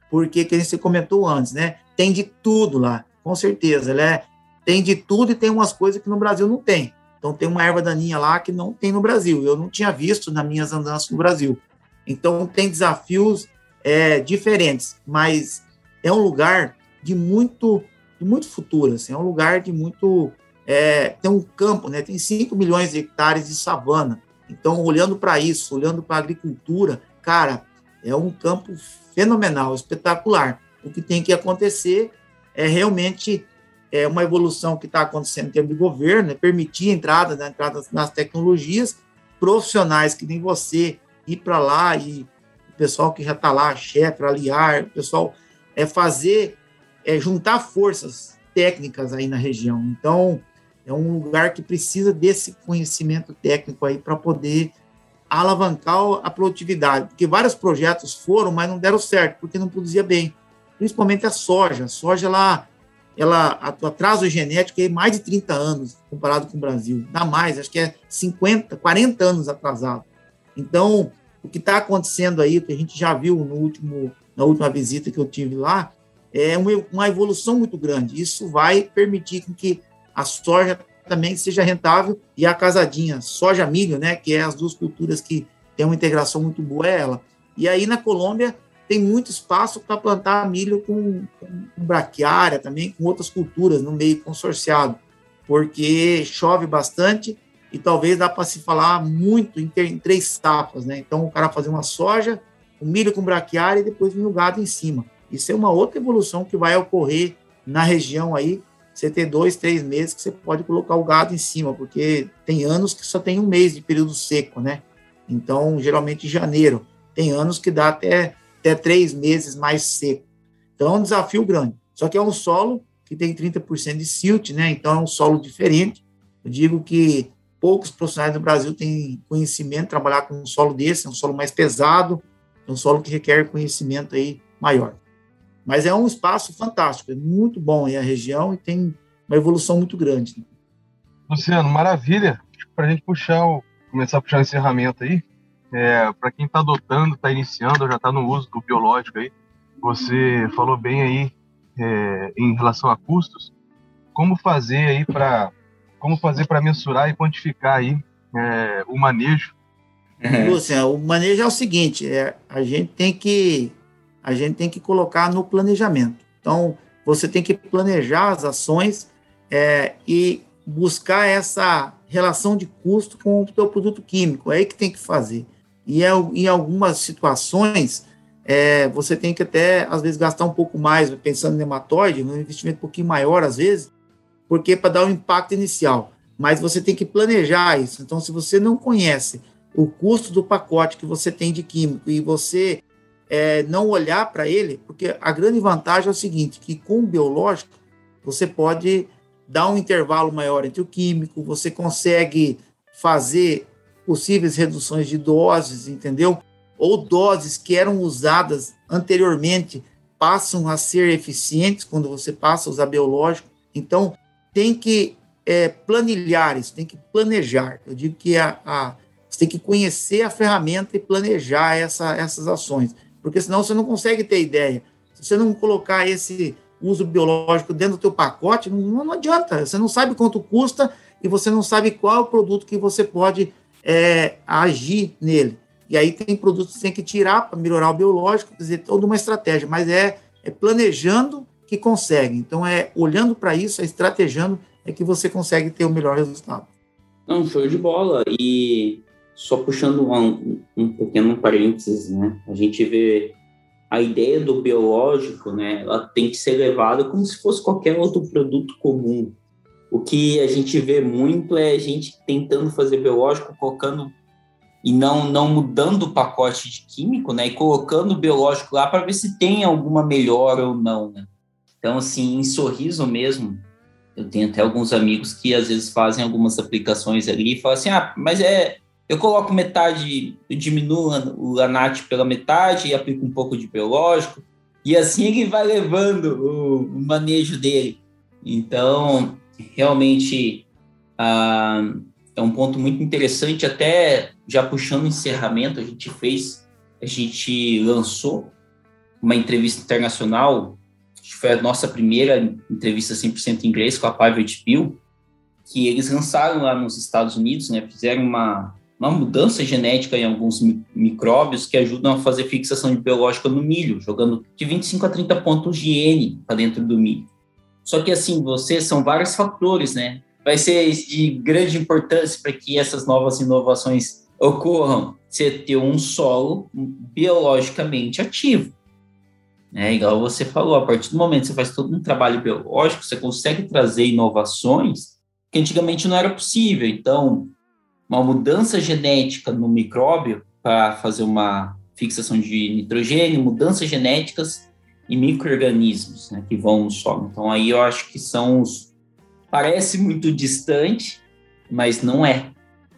porque, que você comentou antes, né? Tem de tudo lá, com certeza. Ela é, tem de tudo e tem umas coisas que no Brasil não tem. Então, tem uma erva daninha lá que não tem no Brasil. Eu não tinha visto nas minhas andanças no Brasil. Então, tem desafios é, diferentes, mas é um lugar de muito, de muito futuro. Assim, é um lugar de muito... É, tem um campo, né? Tem cinco milhões de hectares de savana. Então, olhando para isso, olhando para a agricultura, cara, é um campo fenomenal, espetacular. O que tem que acontecer é realmente é, uma evolução que está acontecendo em termos de governo, é permitir a entrada, né, entrada nas tecnologias, profissionais que nem você, ir para lá e o pessoal que já está lá, chefe, aliar, o pessoal é fazer, é juntar forças técnicas aí na região. Então, é um lugar que precisa desse conhecimento técnico aí para poder alavancar a produtividade, porque vários projetos foram, mas não deram certo, porque não produzia bem, principalmente a soja. A soja, ela, ela atraso genético é mais de trinta anos, comparado com o Brasil, dá mais, acho que é cinquenta, quarenta anos atrasado. Então, o que está acontecendo aí, que a gente já viu no último, na última visita que eu tive lá, é uma, uma evolução muito grande. Isso vai permitir que a soja também seja rentável, e a casadinha, soja-milho, né, que é as duas culturas que tem uma integração muito boa, é ela. E aí, na Colômbia, tem muito espaço para plantar milho com, com braquiária também, com outras culturas no meio consorciado, porque chove bastante e talvez dá para se falar muito em, ter, em três safras, né? Então, o cara fazer uma soja, um milho com braquiária e depois vir o gado em cima. Isso é uma outra evolução que vai ocorrer na região aí. Você ter dois, três meses que você pode colocar o gado em cima, porque tem anos que só tem um mês de período seco, né? Então, geralmente em janeiro. Tem anos que dá até, até três meses mais seco. Então, é um desafio grande. Só que é um solo que tem trinta por cento de silt, né? Então, é um solo diferente. Eu digo que poucos profissionais do Brasil têm conhecimento de trabalhar com um solo desse, é um solo mais pesado, é um solo que requer conhecimento aí maior. Mas é um espaço fantástico, é muito bom aí a região e tem uma evolução muito grande.
Luciano, maravilha. Para a gente puxar o, começar a puxar o encerramento aí, é, para quem está adotando, está iniciando, já está no uso do biológico aí, você falou bem aí é, em relação a custos, como fazer aí para como fazer para mensurar e quantificar aí é, o manejo.
Uhum. Luciano, o manejo é o seguinte, é, a gente tem que a gente tem que colocar no planejamento. Então, você tem que planejar as ações é, e buscar essa relação de custo com o teu produto químico. É aí que tem que fazer. E é, em algumas situações, é, você tem que até, às vezes, gastar um pouco mais, pensando em nematóide, um investimento um pouquinho maior, às vezes, porque para dar um impacto inicial. Mas você tem que planejar isso. Então, se você não conhece o custo do pacote que você tem de químico e você É, não olhar para ele, porque a grande vantagem é o seguinte, que com o biológico você pode dar um intervalo maior entre o químico, você consegue fazer possíveis reduções de doses, entendeu? Ou doses que eram usadas anteriormente passam a ser eficientes quando você passa a usar biológico. Então, tem que é, planilhar isso, tem que planejar. Eu digo que a, a, você tem que conhecer a ferramenta e planejar essa, essas ações, porque senão você não consegue ter ideia. Se você não colocar esse uso biológico dentro do teu pacote, não, não adianta. Você não sabe quanto custa e você não sabe qual é o produto que você pode é, agir nele. E aí tem produtos que você tem que tirar para melhorar o biológico, quer dizer, toda uma estratégia, mas é, é planejando que consegue. Então, é olhando para isso, é estrategiando, é que você consegue ter o melhor resultado.
Não, show de bola. E só puxando um, um pequeno parênteses, né? A gente vê a ideia do biológico, né? Ela tem que ser levada como se fosse qualquer outro produto comum. O que a gente vê muito é a gente tentando fazer biológico, colocando e não, não mudando o pacote de químico, né? E colocando o biológico lá para ver se tem alguma melhora ou não, né? Então, assim, em Sorriso mesmo, eu tenho até alguns amigos que às vezes fazem algumas aplicações ali e falam assim, ah, mas é... Eu coloco metade, eu diminuo o Lanat pela metade e aplico um pouco de biológico, e assim ele vai levando o, o manejo dele. Então, realmente, ah, é um ponto muito interessante, até já puxando o encerramento, a gente fez, a gente lançou uma entrevista internacional, acho que foi a nossa primeira entrevista cem por cento em inglês com a Pivot Bio, que eles lançaram lá nos Estados Unidos, né, fizeram uma, uma mudança genética em alguns micróbios que ajudam a fazer fixação de biológica no milho, jogando de vinte e cinco a trinta pontos de N para dentro do milho. Só que, assim, você, são vários fatores, né? Vai ser de grande importância para que essas novas inovações ocorram. Você ter um solo biologicamente ativo. É, igual você falou, a partir do momento que você faz todo um trabalho biológico, você consegue trazer inovações que antigamente não era possível. Então, uma mudança genética no micróbio para fazer uma fixação de nitrogênio, mudanças genéticas e micro-organismos, né, que vão no solo. Então, aí eu acho que são os... Parece muito distante, mas não é.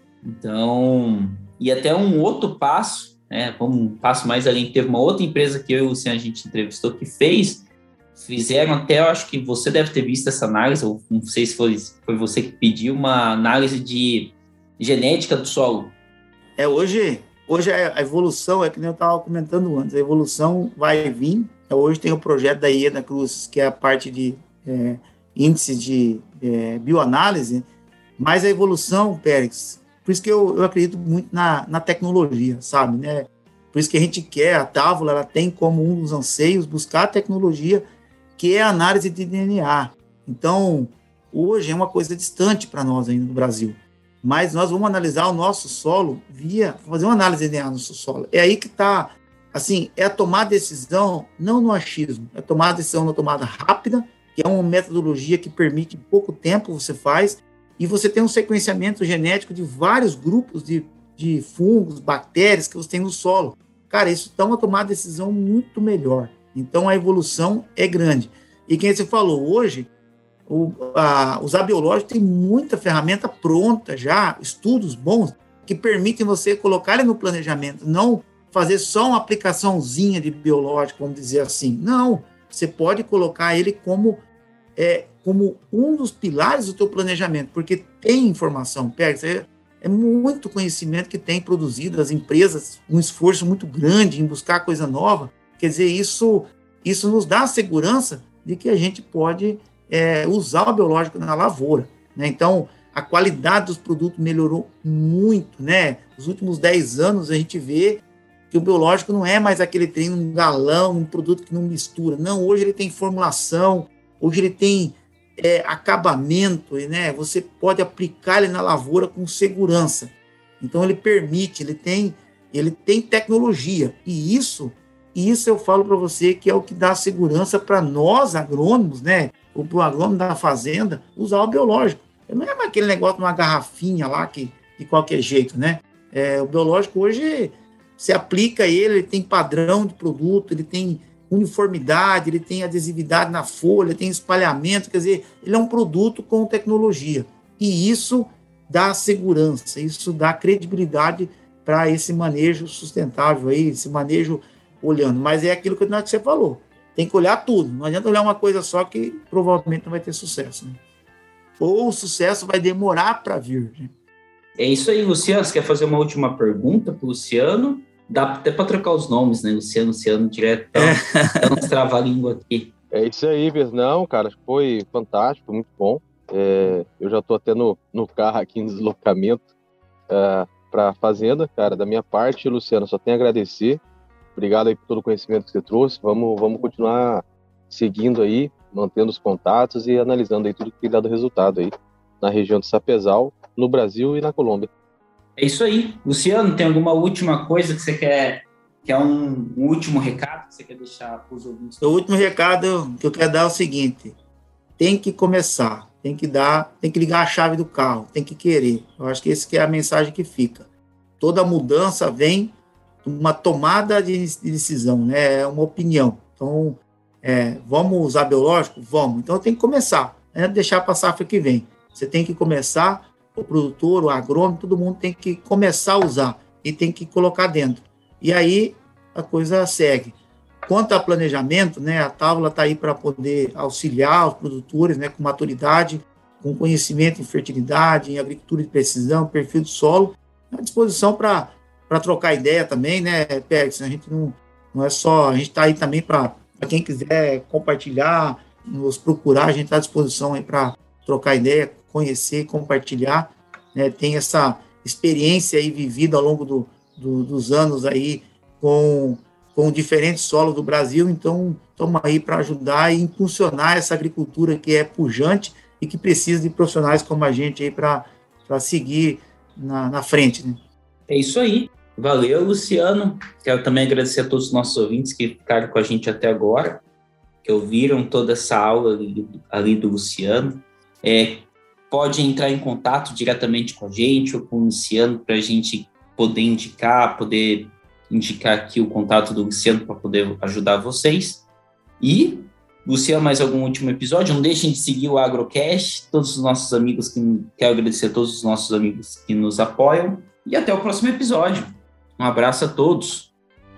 Então, e até um outro passo, né, um passo mais além, teve uma outra empresa que eu e o Luciano a gente entrevistou que fez, fizeram até, eu acho que você deve ter visto essa análise, ou não sei se foi, foi você que pediu, uma análise de genética do solo.
É, hoje, hoje a evolução, é que nem eu estava comentando antes, a evolução vai vir. Hoje tem o projeto da Ieda Cruz, que é a parte de é, índice de é, bioanálise, mas a evolução, Pérez, por isso que eu, eu acredito muito na, na tecnologia, sabe, né? Por isso que a gente quer, a Távola, ela tem como um dos anseios buscar a tecnologia, que é a análise de D N A. Então, hoje é uma coisa distante para nós ainda no Brasil, mas nós vamos analisar o nosso solo via, fazer uma análise de D N A no nosso solo. É aí que está, assim, é a tomar decisão, não no achismo, é tomar decisão na tomada rápida, que é uma metodologia que permite em pouco tempo você faz, e você tem um sequenciamento genético de vários grupos de, de fungos, bactérias que você tem no solo. Cara, isso dá uma tomada de decisão muito melhor. Então, a evolução é grande. E quem você falou, hoje, o, a, os abiológicos têm muita ferramenta pronta já, estudos bons, que permitem você colocar ele no planejamento, não fazer só uma aplicaçãozinha de biológico, vamos dizer assim. Não, você pode colocar ele como, é, como um dos pilares do teu planejamento, porque tem informação, Pérez, é, é muito conhecimento que tem produzido, as empresas, um esforço muito grande em buscar coisa nova. Quer dizer, isso, isso nos dá a segurança de que a gente pode é, usar o biológico na lavoura, né? Então, a qualidade dos produtos melhorou muito, né? Nos últimos dez anos, a gente vê que o biológico não é mais aquele trem, um galão, um produto que não mistura. Não, hoje ele tem formulação, hoje ele tem é, acabamento, né? Você pode aplicar ele na lavoura com segurança. Então, ele permite, ele tem, ele tem tecnologia. E isso, isso eu falo para você que é o que dá segurança para nós, agrônomos, né? Ou para o agrônomo da fazenda, usar o biológico. Não é mais aquele negócio numa garrafinha lá, que de qualquer jeito, né? É, o biológico hoje, você aplica ele, ele tem padrão de produto, ele tem uniformidade, ele tem adesividade na folha, tem espalhamento, quer dizer, ele é um produto com tecnologia. E isso dá segurança, isso dá credibilidade para esse manejo sustentável aí, esse manejo olhando. Mas é aquilo que você falou, tem que olhar tudo, não adianta olhar uma coisa só que provavelmente não vai ter sucesso, né? Ou o sucesso vai demorar para vir, né?
É isso aí, Luciano. Você quer fazer uma última pergunta para o Luciano? Dá até para trocar os nomes, né? Luciano, Luciano, direto. Dá uns trava-língua aqui.
É isso aí, não, cara. Foi fantástico, muito bom. É, eu já estou até no, no carro aqui em deslocamento uh, para a fazenda, cara. Da minha parte, Luciano, só tenho a agradecer. Obrigado aí por todo o conhecimento que você trouxe. Vamos, vamos continuar seguindo aí, mantendo os contatos e analisando aí tudo que tem dado resultado aí na região de Sapezal, no Brasil e na Colômbia.
É isso aí. Luciano, tem alguma última coisa que você quer, que é um, um último recado que você quer deixar para os ouvintes?
O último recado que eu quero dar é o seguinte: tem que começar, tem que dar, tem que ligar a chave do carro, tem que querer. Eu acho que essa que é a mensagem que fica. Toda mudança vem de uma tomada de decisão, né? É uma opinião. Então, É, vamos usar biológico? Vamos. Então tem que começar, né? Deixar para a safra que vem. Você tem que começar, o produtor, o agrônomo, todo mundo tem que começar a usar e tem que colocar dentro. E aí a coisa segue. Quanto a planejamento, né, a Távola está aí para poder auxiliar os produtores, né, com maturidade, com conhecimento em fertilidade, em agricultura de precisão, perfil do solo, à disposição para trocar ideia também, né, Pérez? A gente não Não é só, a gente está aí também para quem quiser compartilhar, nos procurar, a gente está à disposição aí para trocar ideia, conhecer, compartilhar, né? Tem essa experiência aí vivida ao longo do, do, dos anos aí com, com diferentes solos do Brasil, então estamos aí para ajudar e impulsionar essa agricultura que é pujante e que precisa de profissionais como a gente aí para seguir na, na frente, né? É
isso aí. Valeu, Luciano. Quero também agradecer a todos os nossos ouvintes que ficaram com a gente até agora, que ouviram toda essa aula ali, ali do Luciano. É, pode entrar em contato diretamente com a gente ou com o Luciano para a gente poder indicar, poder indicar aqui o contato do Luciano para poder ajudar vocês. E, Luciano, mais algum último episódio? Não deixem de seguir o Agrocast, todos os nossos amigos, que quero agradecer a todos os nossos amigos que nos apoiam. E até o próximo episódio. Um abraço a todos.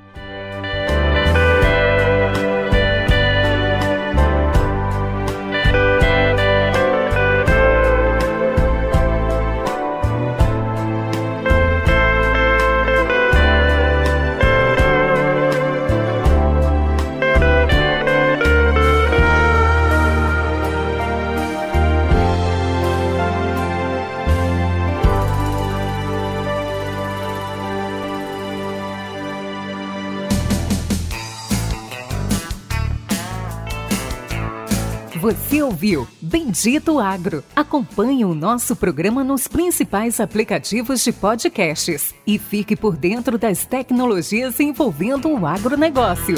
Você ouviu Bendito Agro. Acompanhe o nosso programa nos principais aplicativos de podcasts e fique por dentro das tecnologias envolvendo o agronegócio.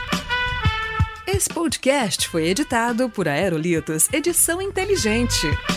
Esse podcast foi editado por Aerolitos Edição Inteligente.